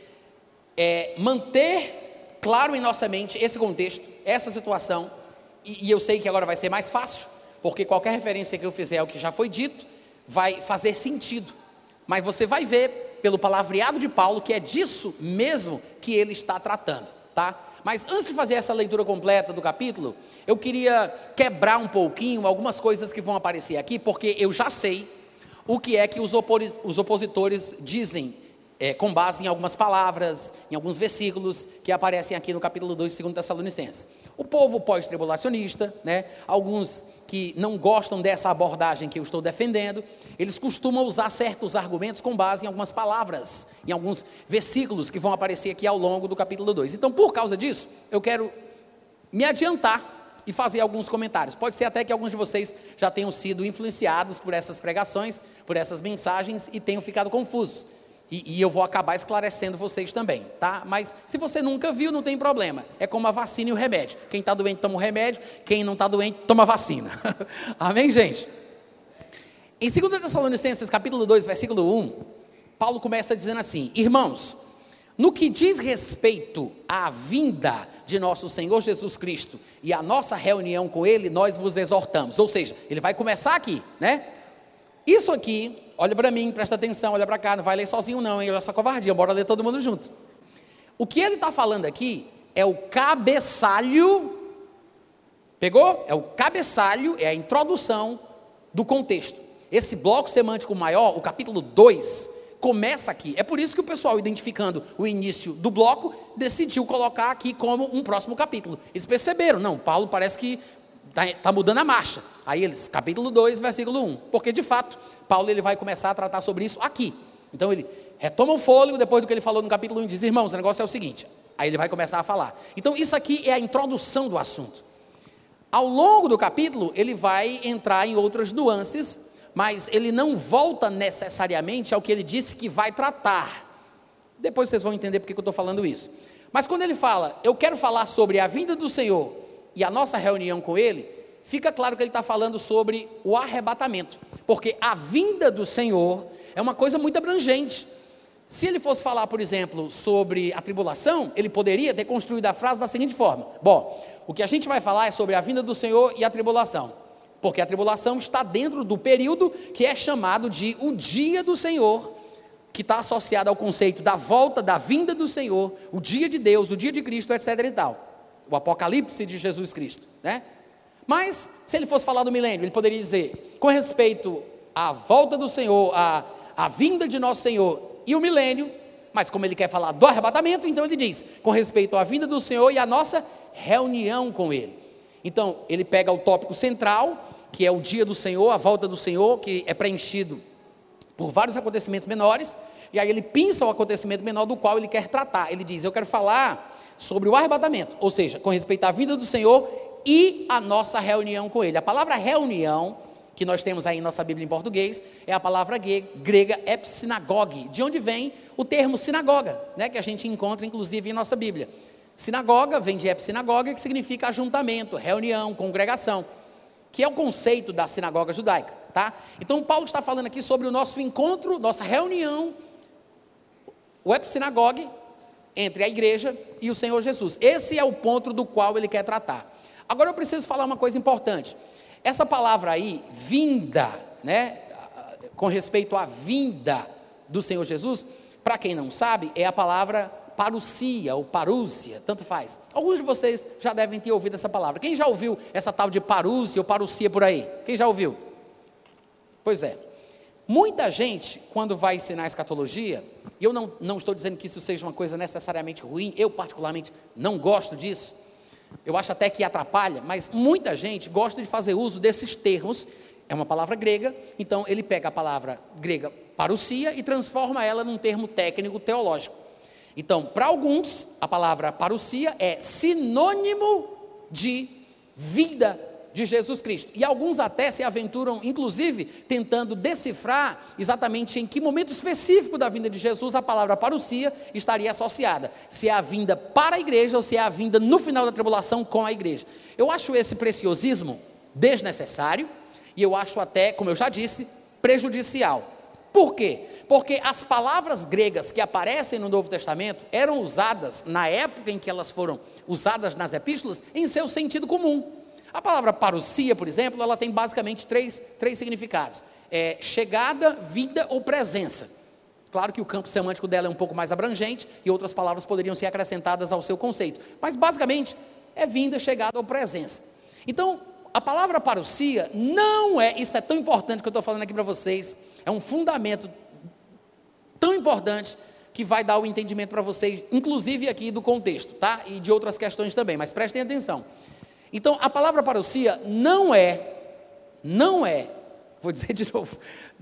é manter claro em nossa mente esse contexto, essa situação, e, e eu sei que agora vai ser mais fácil, porque qualquer referência que eu fizer ao que já foi dito vai fazer sentido, mas você vai ver pelo palavreado de Paulo que é disso mesmo que ele está tratando, tá? Mas antes de fazer essa leitura completa do capítulo, eu queria quebrar um pouquinho algumas coisas que vão aparecer aqui, porque eu já sei o que é que os, opori- os opositores dizem, é, com base em algumas palavras, em alguns versículos que aparecem aqui no capítulo dois, segundo Tessalonicenses. O povo pós-tribulacionista, né, alguns que não gostam dessa abordagem que eu estou defendendo, eles costumam usar certos argumentos com base em algumas palavras, em alguns versículos que vão aparecer aqui ao longo do capítulo dois. Então, por causa disso, eu quero me adiantar e fazer alguns comentários. Pode ser até que alguns de vocês já tenham sido influenciados por essas pregações, por essas mensagens e tenham ficado confusos. E, e eu vou acabar esclarecendo vocês também, tá? Mas se você nunca viu, não tem problema. É como a vacina e o remédio. Quem está doente toma o remédio, quem não está doente toma a vacina. Amém, gente? Em dois Tessalonicenses capítulo dois, versículo um, Paulo começa dizendo assim: irmãos, no que diz respeito à vinda de nosso Senhor Jesus Cristo e à nossa reunião com Ele, nós vos exortamos. Ou seja, ele vai começar aqui, né? Isso aqui, olha para mim, presta atenção, olha para cá, não vai ler sozinho não, hein? Olha essa covardia, bora ler todo mundo junto. O que ele está falando aqui é o cabeçalho, pegou? É o cabeçalho, é a introdução do contexto. Esse bloco semântico maior, o capítulo dois, começa aqui. É por isso que o pessoal, identificando o início do bloco, decidiu colocar aqui como um próximo capítulo. Eles perceberam, não, Paulo parece que está tá mudando a marcha. Aí eles, capítulo dois, versículo um, porque de fato, Paulo ele vai começar a tratar sobre isso aqui. Então ele retoma o fôlego depois do que ele falou no capítulo um e diz: irmãos, o negócio é o seguinte. Aí ele vai começar a falar. Então isso aqui é a introdução do assunto. Ao longo do capítulo, ele vai entrar em outras nuances, mas ele não volta necessariamente ao que ele disse que vai tratar. Depois vocês vão entender porque que eu estou falando isso. Mas quando ele fala, eu quero falar sobre a vinda do Senhor e a nossa reunião com Ele, fica claro que ele está falando sobre o arrebatamento, porque a vinda do Senhor é uma coisa muito abrangente. Se ele fosse falar, por exemplo, sobre a tribulação, ele poderia ter construído a frase da seguinte forma: bom, o que a gente vai falar é sobre a vinda do Senhor e a tribulação, porque a tribulação está dentro do período que é chamado de o dia do Senhor, que está associado ao conceito da volta, da vinda do Senhor, o dia de Deus, o dia de Cristo, etc e tal. O apocalipse de Jesus Cristo, né? Mas, se ele fosse falar do milênio, ele poderia dizer, com respeito à volta do Senhor, à, à vinda de nosso Senhor e o milênio, mas como ele quer falar do arrebatamento, então ele diz, com respeito à vinda do Senhor e à nossa reunião com Ele. Então, ele pega o tópico central, que é o dia do Senhor, a volta do Senhor, que é preenchido por vários acontecimentos menores, e aí ele pinça o acontecimento menor do qual ele quer tratar. Ele diz, eu quero falar sobre o arrebatamento, ou seja, com respeito à vida do Senhor e a nossa reunião com Ele. A palavra reunião, que nós temos aí em nossa Bíblia em português, é a palavra grega epsinagoge, de onde vem o termo sinagoga, né, que a gente encontra inclusive em nossa Bíblia. Sinagoga vem de epsinagoge, que significa ajuntamento, reunião, congregação, que é o conceito da sinagoga judaica, tá? Então Paulo está falando aqui sobre o nosso encontro, nossa reunião, o epsinagoge, entre a igreja e o Senhor Jesus. Esse é o ponto do qual ele quer tratar. Agora eu preciso falar uma coisa importante. Essa palavra aí, vinda, né, com respeito à vinda do Senhor Jesus, para quem não sabe, é a palavra parousia ou parúcia, tanto faz. Alguns de vocês já devem ter ouvido essa palavra. Quem já ouviu essa tal de parúcia ou parousia por aí? Quem já ouviu? Pois é. Muita gente, quando vai ensinar escatologia, e eu não, não estou dizendo que isso seja uma coisa necessariamente ruim, eu particularmente não gosto disso, eu acho até que atrapalha, mas muita gente gosta de fazer uso desses termos, é uma palavra grega, então ele pega a palavra grega parousia e transforma ela num termo técnico teológico. Então, para alguns, a palavra parousia é sinônimo de vida de Jesus Cristo. E alguns até se aventuram, inclusive, tentando decifrar exatamente em que momento específico da vinda de Jesus a palavra parousia estaria associada. Se é a vinda para a igreja ou se é a vinda no final da tribulação com a igreja. Eu acho esse preciosismo desnecessário e eu acho até, como eu já disse, prejudicial. Por quê? Porque as palavras gregas que aparecem no Novo Testamento eram usadas, na época em que elas foram usadas nas epístolas, em seu sentido comum. A palavra parousia, por exemplo, ela tem basicamente três, três significados. É chegada, vinda ou presença. Claro que o campo semântico dela é um pouco mais abrangente e outras palavras poderiam ser acrescentadas ao seu conceito. Mas basicamente é vinda, chegada ou presença. Então, a palavra parousia não é, isso é tão importante que eu estou falando aqui para vocês, é um fundamento tão importante que vai dar o entendimento para vocês, inclusive aqui do contexto, tá? E de outras questões também, mas prestem atenção. Então, a palavra parousia não é, não é, vou dizer de novo,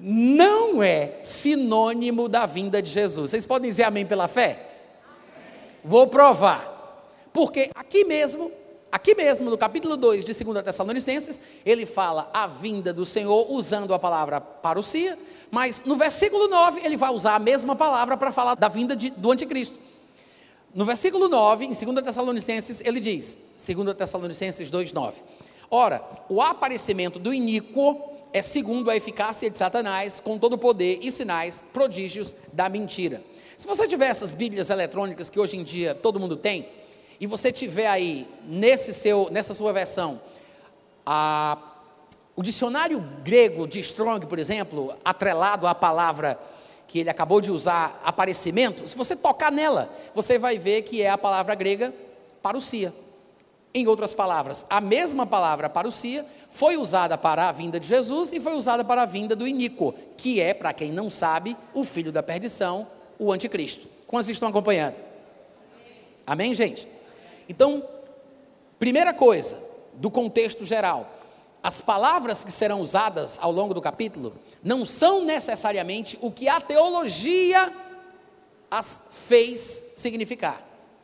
não é sinônimo da vinda de Jesus. Vocês podem dizer amém pela fé? Amém. Vou provar. Porque aqui mesmo, aqui mesmo no capítulo dois de segunda Tessalonicenses, ele fala a vinda do Senhor usando a palavra parousia, mas no versículo nove ele vai usar a mesma palavra para falar da vinda de, do anticristo. No versículo nove, em segunda Tessalonicenses, ele diz, segunda Tessalonicenses dois, nove, ora, o aparecimento do iníquo é segundo a eficácia de Satanás, com todo o poder e sinais, prodígios da mentira. Se você tiver essas bíblias eletrônicas que hoje em dia todo mundo tem, e você tiver aí, nesse seu, nessa sua versão, a, o dicionário grego de Strong, por exemplo, atrelado à palavra que ele acabou de usar, aparecimento, se você tocar nela, você vai ver que é a palavra grega parousia. Em outras palavras, a mesma palavra parousia foi usada para a vinda de Jesus e foi usada para a vinda do iníquo, que é, para quem não sabe, o filho da perdição, o anticristo. Quantos estão acompanhando? Amém, gente? Então, primeira coisa, do contexto geral, as palavras que serão usadas ao longo do capítulo não são necessariamente o que a teologia as fez significar,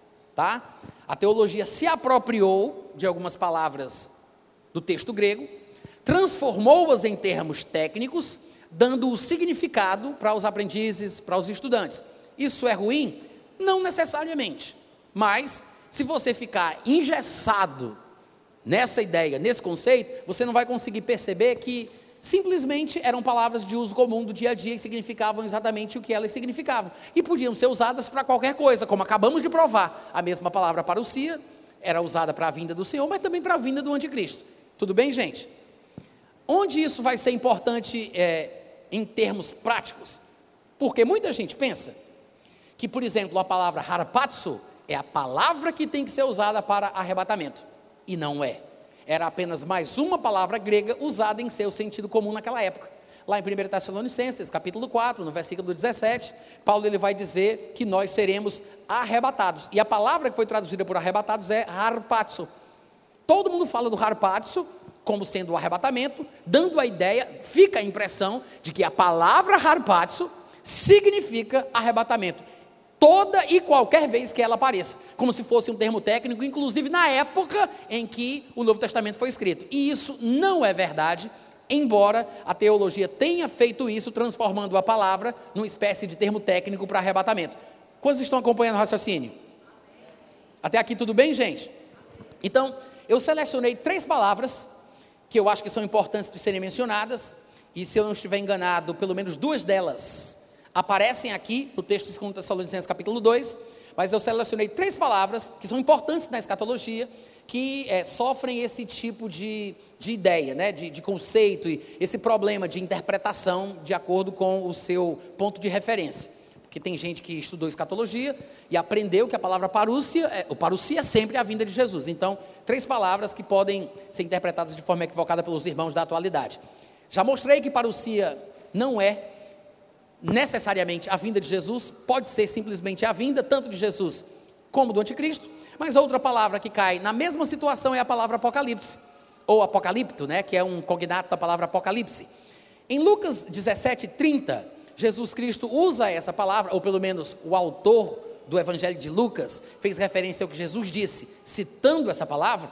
tá? A teologia se apropriou de algumas palavras do texto grego, transformou-as em termos técnicos, dando o significado para os aprendizes, para os estudantes. Isso é ruim? Não necessariamente, mas se você ficar engessado nessa ideia, nesse conceito, você não vai conseguir perceber que simplesmente eram palavras de uso comum do dia a dia e significavam exatamente o que elas significavam. E podiam ser usadas para qualquer coisa, como acabamos de provar. A mesma palavra parousia era usada para a vinda do Senhor, mas também para a vinda do anticristo. Tudo bem, gente? Onde isso vai ser importante é, em termos práticos? Porque muita gente pensa que, por exemplo, a palavra harpazo é a palavra que tem que ser usada para arrebatamento. E não é. Era apenas mais uma palavra grega usada em seu sentido comum naquela época. Lá em primeira Tessalonicenses, capítulo quatro, no versículo dezessete, Paulo ele vai dizer que nós seremos arrebatados. E a palavra que foi traduzida por arrebatados é harpazo. Todo mundo fala do harpazo como sendo o arrebatamento, dando a ideia, fica a impressão de que a palavra harpazo significa arrebatamento. Toda e qualquer vez que ela apareça, como se fosse um termo técnico, inclusive na época em que o Novo Testamento foi escrito. E isso não é verdade, embora a teologia tenha feito isso, transformando a palavra numa espécie de termo técnico para arrebatamento. Quantos estão acompanhando o raciocínio? Até aqui tudo bem, gente? Então, eu selecionei três palavras que eu acho que são importantes de serem mencionadas, e se eu não estiver enganado, pelo menos duas delas aparecem aqui no texto de segunda Tessalonicenses capítulo dois, mas eu selecionei três palavras que são importantes na escatologia, que é, sofrem esse tipo de, de ideia, né, de, de conceito, e esse problema de interpretação de acordo com o seu ponto de referência. Porque tem gente que estudou escatologia e aprendeu que a palavra parousia, é, o parousia é sempre a vinda de Jesus. Então, três palavras que podem ser interpretadas de forma equivocada pelos irmãos da atualidade. Já mostrei que parousia não é necessariamente a vinda de Jesus, pode ser simplesmente a vinda tanto de Jesus como do anticristo, mas outra palavra que cai na mesma situação é a palavra apocalipse, ou apocalipto, né, que é um cognato da palavra apocalipse. Em Lucas dezessete, trinta, Jesus Cristo usa essa palavra, ou pelo menos o autor do Evangelho de Lucas fez referência ao que Jesus disse, citando essa palavra,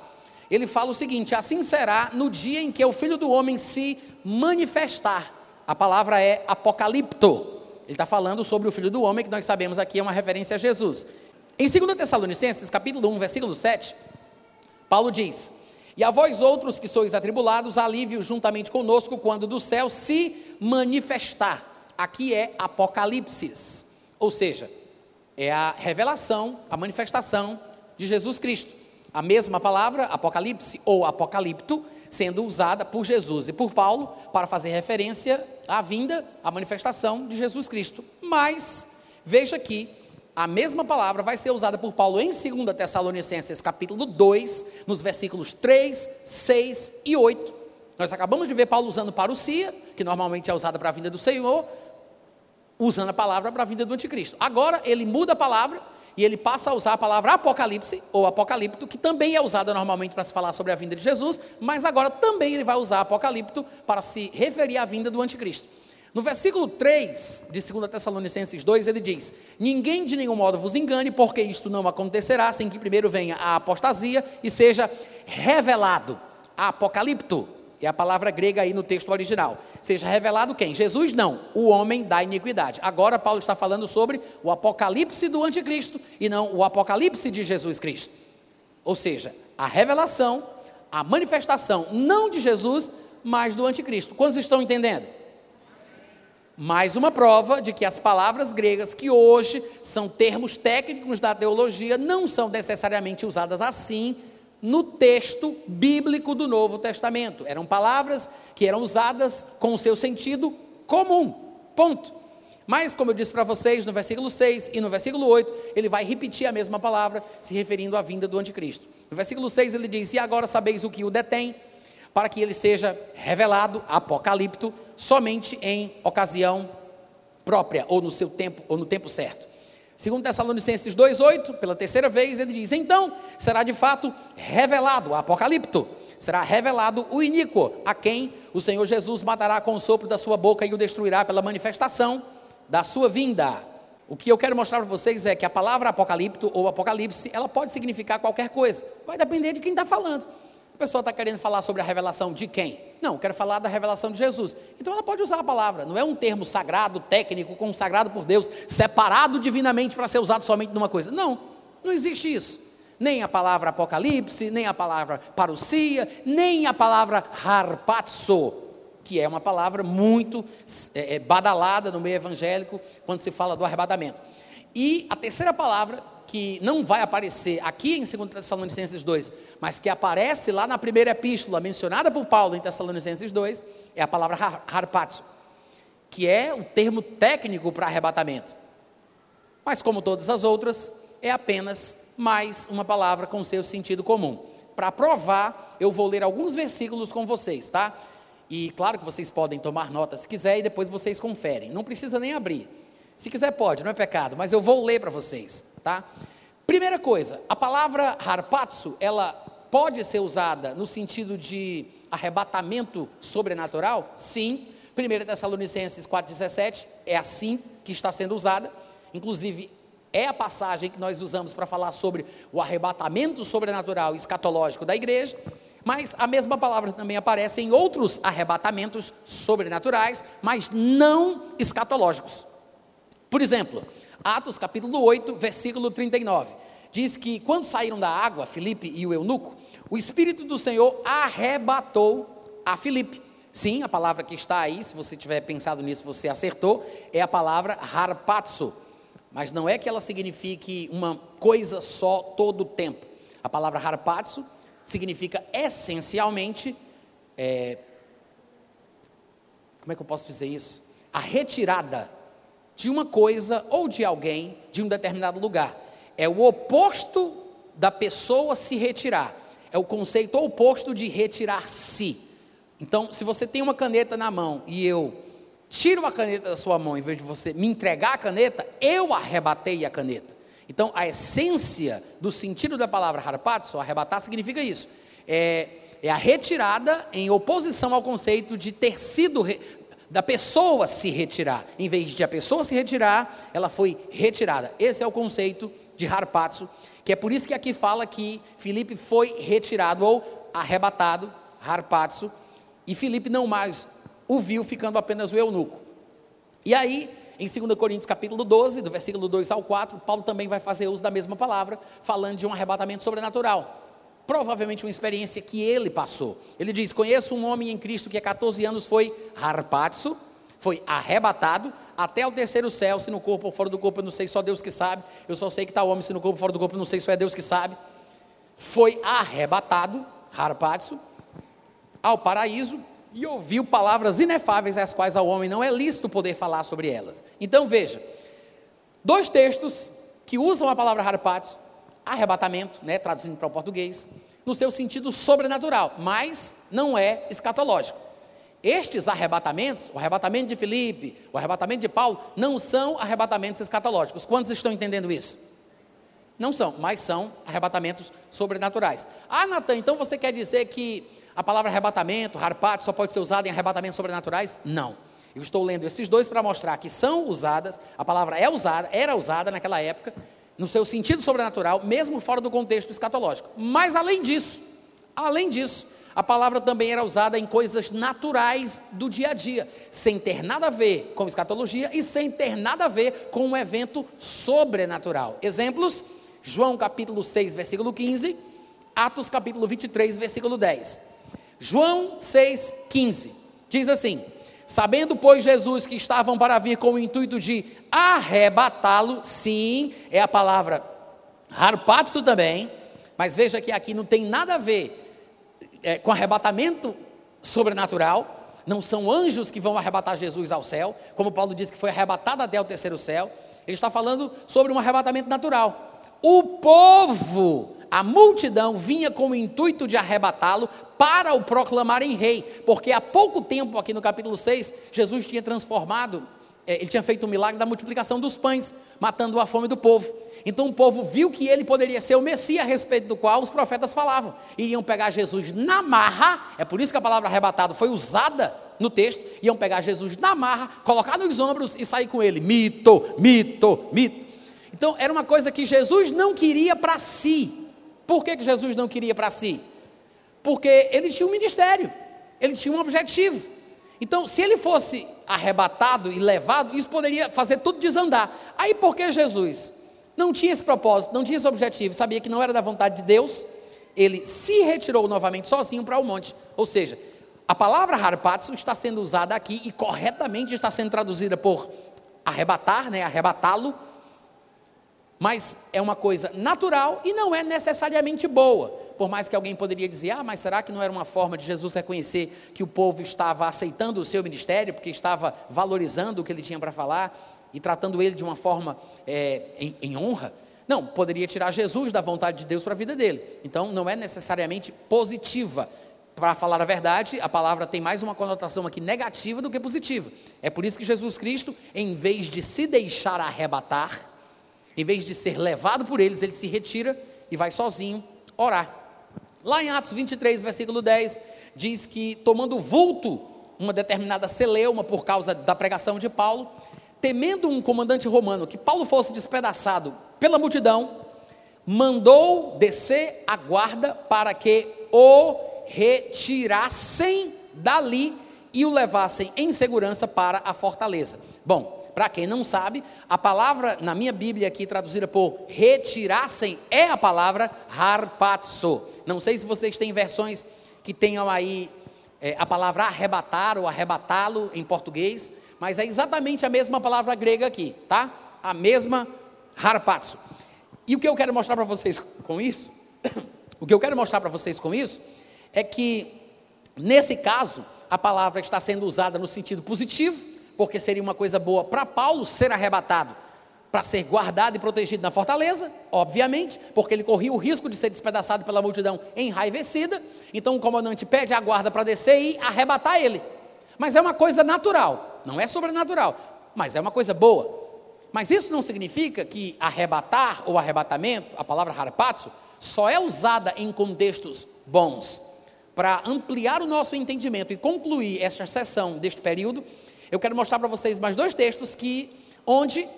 ele fala o seguinte: assim será no dia em que o Filho do Homem se manifestar. A palavra é apocalipto. Ele está falando sobre o Filho do Homem, que nós sabemos aqui é uma referência a Jesus. Em segunda Tessalonicenses, capítulo um, versículo sete, Paulo diz: e a vós outros que sois atribulados, alívio juntamente conosco, quando do céu se manifestar. Aqui é Apocalipse, ou seja, é a revelação, a manifestação de Jesus Cristo. A mesma palavra, Apocalipse ou Apocalipto, sendo usada por Jesus e por Paulo para fazer referência à vinda, à manifestação de Jesus Cristo. Mas, veja que a mesma palavra vai ser usada por Paulo em segunda Tessalonicenses capítulo dois, nos versículos três, seis e oito. Nós acabamos de ver Paulo usando parousia, que normalmente é usada para a vinda do Senhor, usando a palavra para a vinda do anticristo. Agora ele muda a palavra e ele passa a usar a palavra apocalipse ou apocalipto, que também é usada normalmente para se falar sobre a vinda de Jesus, mas agora também ele vai usar apocalipto para se referir à vinda do anticristo. No versículo três de segunda Tessalonicenses dois, ele diz: ninguém de nenhum modo vos engane, porque isto não acontecerá sem que primeiro venha a apostasia e seja revelado. Apocalipto é a palavra grega aí no texto original. Seja revelado quem? Jesus não, o homem da iniquidade. Agora Paulo está falando sobre o apocalipse do anticristo e não o apocalipse de Jesus Cristo. Ou seja, a revelação, a manifestação não de Jesus, mas do anticristo. Quantos estão entendendo? Mais uma prova de que as palavras gregas, que hoje são termos técnicos da teologia, não são necessariamente usadas assim no texto bíblico do Novo Testamento. Eram palavras que eram usadas com o seu sentido comum, ponto. Mas, como eu disse para vocês, no versículo seis e no versículo oito, ele vai repetir a mesma palavra, se referindo à vinda do anticristo. No versículo seis ele diz: e agora sabeis o que o detém, para que ele seja revelado, apocalipto, somente em ocasião própria, ou no seu tempo, ou no tempo certo. Segundo Tessalonicenses dois, oito, pela terceira vez, ele diz: então será de fato revelado, apocalipto, será revelado o iníquo, a quem o Senhor Jesus matará com o sopro da sua boca e o destruirá pela manifestação da sua vinda. O que eu quero mostrar para vocês é que a palavra apocalipto ou apocalipse, ela pode significar qualquer coisa, vai depender de quem está falando. A pessoa está querendo falar sobre a revelação de quem? Não, eu quero falar da revelação de Jesus. Então ela pode usar a palavra, não é um termo sagrado, técnico, consagrado por Deus, separado divinamente para ser usado somente numa coisa. Não, não existe isso. Nem a palavra apocalipse, nem a palavra parousia, nem a palavra harpazo, que é uma palavra muito é, badalada no meio evangélico, quando se fala do arrebatamento. E a terceira palavra, que não vai aparecer aqui em segunda Tessalonicenses dois, mas que aparece lá na primeira epístola, mencionada por Paulo em Tessalonicenses dois, é a palavra harpazo, que é o termo técnico para arrebatamento. Mas como todas as outras, é apenas mais uma palavra com seu sentido comum. Para provar, eu vou ler alguns versículos com vocês, tá? E claro que vocês podem tomar nota se quiser e depois vocês conferem, não precisa nem abrir. Se quiser pode, não é pecado, mas eu vou ler para vocês, tá? Primeira coisa, a palavra harpazo, ela pode ser usada no sentido de arrebatamento sobrenatural? Sim. primeira Tessalonicenses quatro, dezessete, é assim que está sendo usada. Inclusive, é a passagem que nós usamos para falar sobre o arrebatamento sobrenatural e escatológico da igreja. Mas a mesma palavra também aparece em outros arrebatamentos sobrenaturais, mas não escatológicos. Por exemplo, Atos capítulo oito, versículo trinta e nove, diz que quando saíram da água, Filipe e o eunuco, o Espírito do Senhor arrebatou a Filipe. Sim, a palavra que está aí, se você tiver pensado nisso, você acertou, é a palavra harpazo, mas não é que ela signifique uma coisa só todo o tempo. A palavra harpazo significa essencialmente, é, como é que eu posso dizer isso? A retirada de uma coisa ou de alguém de um determinado lugar. É o oposto da pessoa se retirar. É o conceito oposto de retirar-se. Então, se você tem uma caneta na mão e eu tiro a caneta da sua mão, em vez de você me entregar a caneta, eu arrebatei a caneta. Então, a essência do sentido da palavra harpazo, arrebatar, significa isso. É, é a retirada em oposição ao conceito de ter sido... Re... da pessoa se retirar. Em vez de a pessoa se retirar, ela foi retirada. Esse é o conceito de harpazo, que é por isso que aqui fala que Filipe foi retirado ou arrebatado, harpazo, e Filipe não mais o viu, ficando apenas o eunuco. E aí, em dois Coríntios capítulo doze, do versículo dois ao quatro, Paulo também vai fazer uso da mesma palavra, falando de um arrebatamento sobrenatural. Provavelmente uma experiência que ele passou. Ele diz: conheço um homem em Cristo que há catorze anos foi harpazo, foi arrebatado até ao terceiro céu, se no corpo ou fora do corpo, eu não sei, só Deus que sabe. Eu só sei que está o homem, se no corpo ou fora do corpo, eu não sei, só é Deus que sabe. Foi arrebatado, harpazo, ao paraíso, e ouviu palavras inefáveis, as quais ao homem não é lícito poder falar sobre elas. Então veja, dois textos que usam a palavra harpazo, arrebatamento, né, traduzindo para o português, no seu sentido sobrenatural, mas não é escatológico. Estes arrebatamentos, o arrebatamento de Filipe, o arrebatamento de Paulo, não são arrebatamentos escatológicos. Quantos estão entendendo isso? Não são, mas são arrebatamentos sobrenaturais. Ah, Natan, então você quer dizer que a palavra arrebatamento, harpazo, só pode ser usada em arrebatamentos sobrenaturais? Não. Eu estou lendo esses dois para mostrar que são usadas, a palavra é usada, era usada naquela época, no seu sentido sobrenatural, mesmo fora do contexto escatológico. Mas além disso, além disso, a palavra também era usada em coisas naturais do dia a dia, sem ter nada a ver com escatologia e sem ter nada a ver com um evento sobrenatural. Exemplos: João capítulo seis, versículo quinze, Atos capítulo vinte e três, versículo dez. João seis, quinze, diz assim: sabendo, pois, Jesus que estavam para vir com o intuito de arrebatá-lo, sim, é a palavra harpazo também, mas veja que aqui não tem nada a ver é, com arrebatamento sobrenatural, não são anjos que vão arrebatar Jesus ao céu, como Paulo diz que foi arrebatado até o terceiro céu. Ele está falando sobre um arrebatamento natural. O povo, a multidão, vinha com o intuito de arrebatá-lo para o proclamarem rei, porque há pouco tempo, aqui no capítulo seis, Jesus tinha transformado, ele tinha feito o milagre da multiplicação dos pães, matando a fome do povo. Então o povo viu que ele poderia ser o Messias, a respeito do qual os profetas falavam. Iriam pegar Jesus na marra, é por isso que a palavra arrebatado foi usada no texto. Iam pegar Jesus na marra, colocar nos ombros e sair com ele, mito, mito, mito. Então era uma coisa que Jesus não queria para si. Por que que Jesus não queria para si? Porque ele tinha um ministério, ele tinha um objetivo. Então, se ele fosse arrebatado e levado, isso poderia fazer tudo desandar. Aí, porque Jesus não tinha esse propósito, não tinha esse objetivo, sabia que não era da vontade de Deus, ele se retirou novamente sozinho para o monte. Ou seja, a palavra harpazo está sendo usada aqui e corretamente está sendo traduzida por arrebatar, né, arrebatá-lo, mas é uma coisa natural e não é necessariamente boa. Por mais que alguém poderia dizer: ah, mas será que não era uma forma de Jesus reconhecer que o povo estava aceitando o seu ministério, porque estava valorizando o que ele tinha para falar e tratando ele de uma forma é, em, em honra? Não, poderia tirar Jesus da vontade de Deus para a vida dele. Então não é necessariamente positiva. Para falar a verdade, a palavra tem mais uma conotação aqui negativa do que positiva. É por isso que Jesus Cristo, em vez de se deixar arrebatar, em vez de ser levado por eles, ele se retira e vai sozinho orar. Lá em Atos vinte e três, versículo dez, diz que, tomando vulto uma determinada celeuma por causa da pregação de Paulo, temendo um comandante romano que Paulo fosse despedaçado pela multidão, mandou descer a guarda para que o retirassem dali e o levassem em segurança para a fortaleza. Bom, para quem não sabe, a palavra na minha Bíblia aqui traduzida por retirassem é a palavra harpazo. Não sei se vocês têm versões que tenham aí é, a palavra arrebatar ou arrebatá-lo em português, mas é exatamente a mesma palavra grega aqui, tá? A mesma harpazo. E o que eu quero mostrar para vocês com isso, o que eu quero mostrar para vocês com isso, é que nesse caso a palavra está sendo usada no sentido positivo, porque seria uma coisa boa para Paulo ser arrebatado, para ser guardado e protegido na fortaleza, obviamente, porque ele corria o risco de ser despedaçado pela multidão enraivecida. Então o comandante pede a guarda para descer e arrebatar ele. Mas é uma coisa natural, não é sobrenatural, mas é uma coisa boa. Mas isso não significa que arrebatar ou arrebatamento, a palavra harpazo, só é usada em contextos bons. Para ampliar o nosso entendimento e concluir esta sessão deste período, eu quero mostrar para vocês mais dois textos que, onde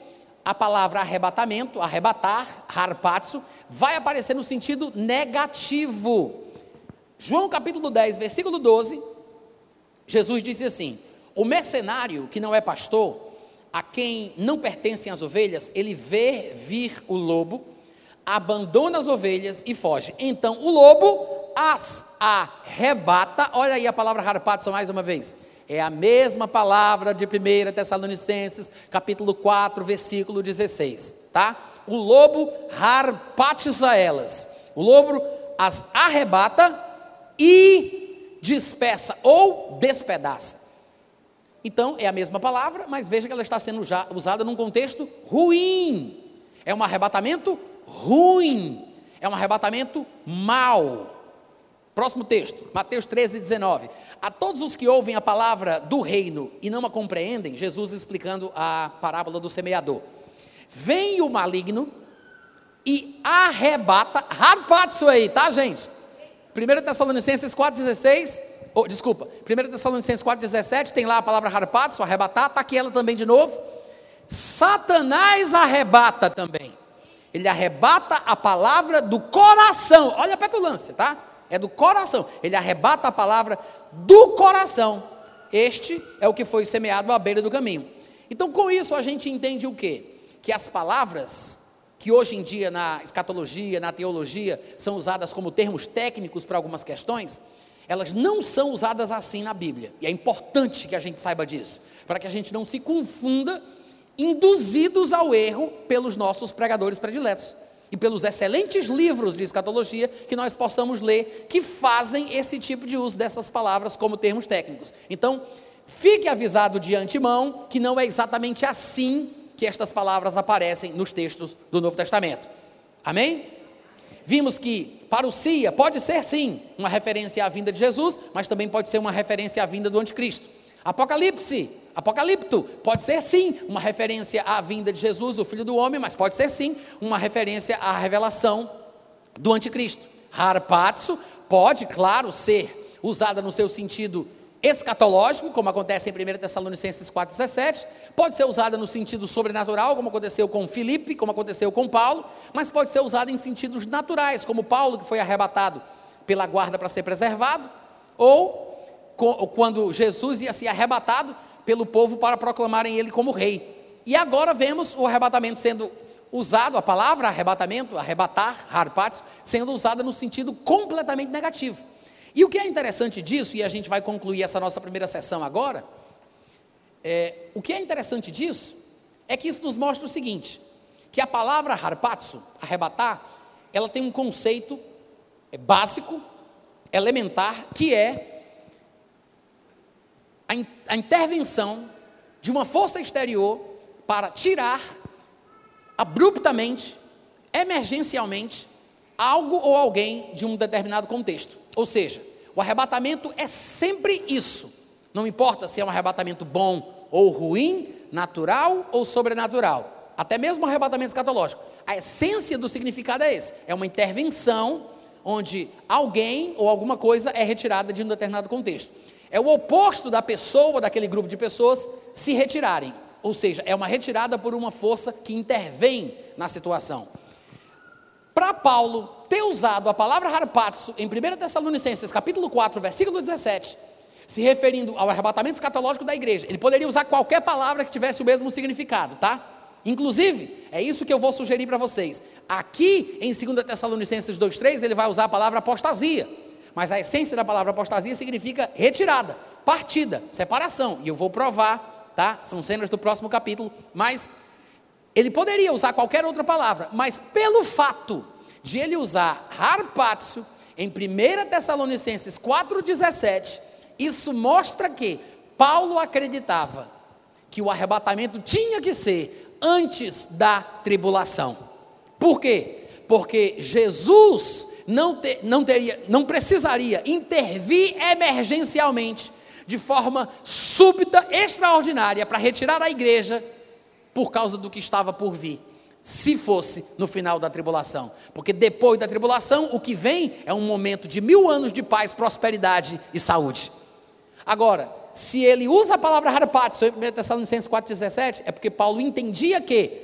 a palavra arrebatamento, arrebatar, harpazo, vai aparecer no sentido negativo. João capítulo dez, versículo doze, Jesus disse assim: o mercenário que não é pastor, a quem não pertencem as ovelhas, ele vê vir o lobo, abandona as ovelhas e foge. Então o lobo as arrebata. Olha aí a palavra harpazo mais uma vez. É a mesma palavra de primeira Tessalonicenses, capítulo quatro, versículo dezesseis, tá? O lobo harpatiza elas. O lobo as arrebata e dispersa ou despedaça. Então, é a mesma palavra, mas veja que ela está sendo usada num contexto ruim. É um arrebatamento ruim. É um arrebatamento mau. Próximo texto, Mateus treze, dezenove. A todos os que ouvem a palavra do reino e não a compreendem, Jesus explicando a parábola do semeador. Vem o maligno e arrebata, harpazo aí, tá, gente? primeira Tessalonicenses quatro, dezesseis, oh, desculpa, primeira Tessalonicenses quatro, dezessete, tem lá a palavra harpazo, arrebatar, está aqui ela também de novo. Satanás arrebata também. Ele arrebata a palavra do coração. Olha a petulância, tá? É do coração. Ele arrebata a palavra do coração. Este é o que foi semeado à beira do caminho. Então, com isso a gente entende o quê? Que as palavras que hoje em dia na escatologia, na teologia, são usadas como termos técnicos para algumas questões, elas não são usadas assim na Bíblia. E é importante que a gente saiba disso, para que a gente não se confunda, induzidos ao erro pelos nossos pregadores prediletos e pelos excelentes livros de escatologia que nós possamos ler, que fazem esse tipo de uso dessas palavras como termos técnicos. Então, fique avisado de antemão que não é exatamente assim que estas palavras aparecem nos textos do Novo Testamento. Amém? Vimos que parousia pode ser sim uma referência à vinda de Jesus, mas também pode ser uma referência à vinda do anticristo. Apocalipse, apocalipto, pode ser sim uma referência à vinda de Jesus, o Filho do Homem, mas pode ser sim uma referência à revelação do anticristo. Harpazo pode, claro, ser usada no seu sentido escatológico, como acontece em primeira Tessalonicenses quatro, dezessete, pode ser usada no sentido sobrenatural, como aconteceu com Filipe, como aconteceu com Paulo, mas pode ser usada em sentidos naturais, como Paulo, que foi arrebatado pela guarda para ser preservado, ou quando Jesus ia ser arrebatado pelo povo para proclamarem ele como rei. E agora vemos o arrebatamento sendo usado, a palavra arrebatamento, arrebatar, harpazo, sendo usada no sentido completamente negativo. E o que é interessante disso, e a gente vai concluir essa nossa primeira sessão agora, é, o que é interessante disso, é que isso nos mostra o seguinte, que a palavra harpazo, arrebatar, ela tem um conceito básico, elementar, que é A, in, a intervenção de uma força exterior para tirar abruptamente, emergencialmente, algo ou alguém de um determinado contexto. Ou seja, o arrebatamento é sempre isso. Não importa se é um arrebatamento bom ou ruim, natural ou sobrenatural. Até mesmo o arrebatamento escatológico. A essência do significado é esse. É uma intervenção onde alguém ou alguma coisa é retirada de um determinado contexto. É o oposto da pessoa, daquele grupo de pessoas, se retirarem. Ou seja, é uma retirada por uma força que intervém na situação. Para Paulo ter usado a palavra harpazo em primeira Tessalonicenses, capítulo quatro, versículo dezessete, se referindo ao arrebatamento escatológico da igreja, ele poderia usar qualquer palavra que tivesse o mesmo significado, tá? Inclusive, é isso que eu vou sugerir para vocês. Aqui, em segunda Tessalonicenses dois, três, ele vai usar a palavra apostasia. Mas a essência da palavra apostasia significa retirada, partida, separação. E eu vou provar, tá? São cenas do próximo capítulo. Mas ele poderia usar qualquer outra palavra. Mas pelo fato de ele usar harpazo em primeira Tessalonicenses quatro, dezessete, isso mostra que Paulo acreditava que o arrebatamento tinha que ser antes da tribulação. Por quê? Porque Jesus não, ter, não, teria, não precisaria intervir emergencialmente, de forma súbita, extraordinária, para retirar a igreja, por causa do que estava por vir, se fosse no final da tribulação. Porque depois da tribulação, o que vem é um momento de mil anos de paz, prosperidade e saúde. Agora, se ele usa a palavra harpazo em primeira Tessalonicenses quatro, dezessete, é porque Paulo entendia que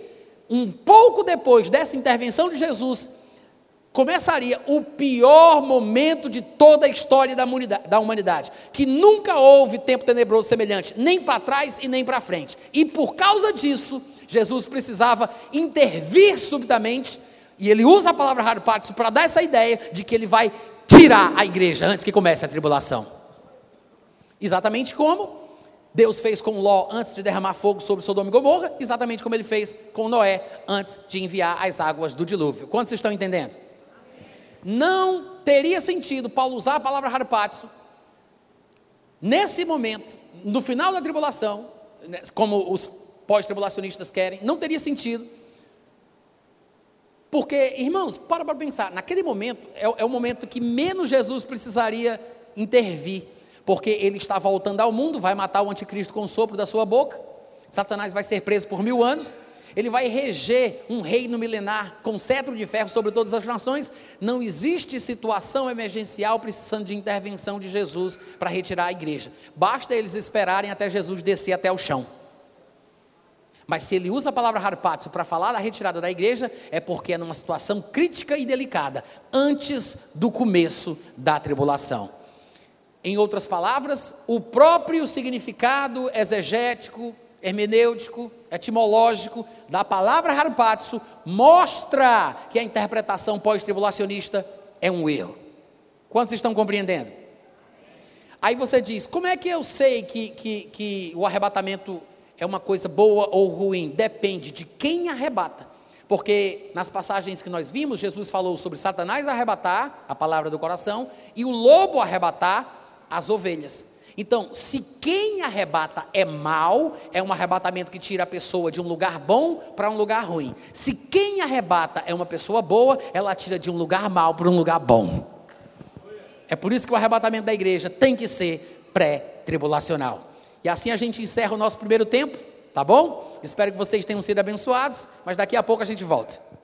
um pouco depois dessa intervenção de Jesus, começaria o pior momento de toda a história da humanidade, que nunca houve tempo tenebroso semelhante, nem para trás e nem para frente. E por causa disso, Jesus precisava intervir subitamente, e ele usa a palavra harpazo para dar essa ideia de que ele vai tirar a igreja antes que comece a tribulação. Exatamente como Deus fez com Ló antes de derramar fogo sobre Sodoma e Gomorra, exatamente como ele fez com Noé antes de enviar as águas do dilúvio. Quantos estão entendendo? Não teria sentido Paulo usar a palavra harpazo nesse momento, no final da tribulação, como os pós-tribulacionistas querem, não teria sentido, porque, irmãos, para para pensar, naquele momento, é, é o momento que menos Jesus precisaria intervir, porque ele está voltando ao mundo, vai matar o anticristo com o sopro da sua boca, Satanás vai ser preso por mil anos, ele vai reger um reino milenar com cetro de ferro sobre todas as nações. Não existe situação emergencial precisando de intervenção de Jesus para retirar a igreja. Basta eles esperarem até Jesus descer até o chão. Mas se ele usa a palavra harpazo para falar da retirada da igreja, é porque é numa situação crítica e delicada, antes do começo da tribulação. Em outras palavras, o próprio significado exegético, hermenêutico, etimológico da palavra harpazo mostra que a interpretação pós-tribulacionista é um erro. Quantos estão compreendendo? Aí você diz, como é que eu sei que, que, que o arrebatamento é uma coisa boa ou ruim? Depende de quem arrebata, porque nas passagens que nós vimos, Jesus falou sobre Satanás arrebatar a palavra do coração e o lobo arrebatar as ovelhas. Então, se quem arrebata é mau, é um arrebatamento que tira a pessoa de um lugar bom para um lugar ruim. Se quem arrebata é uma pessoa boa, ela tira de um lugar mau para um lugar bom. É por isso que o arrebatamento da igreja tem que ser pré-tribulacional. E assim a gente encerra o nosso primeiro tempo, tá bom? Espero que vocês tenham sido abençoados, mas daqui a pouco a gente volta.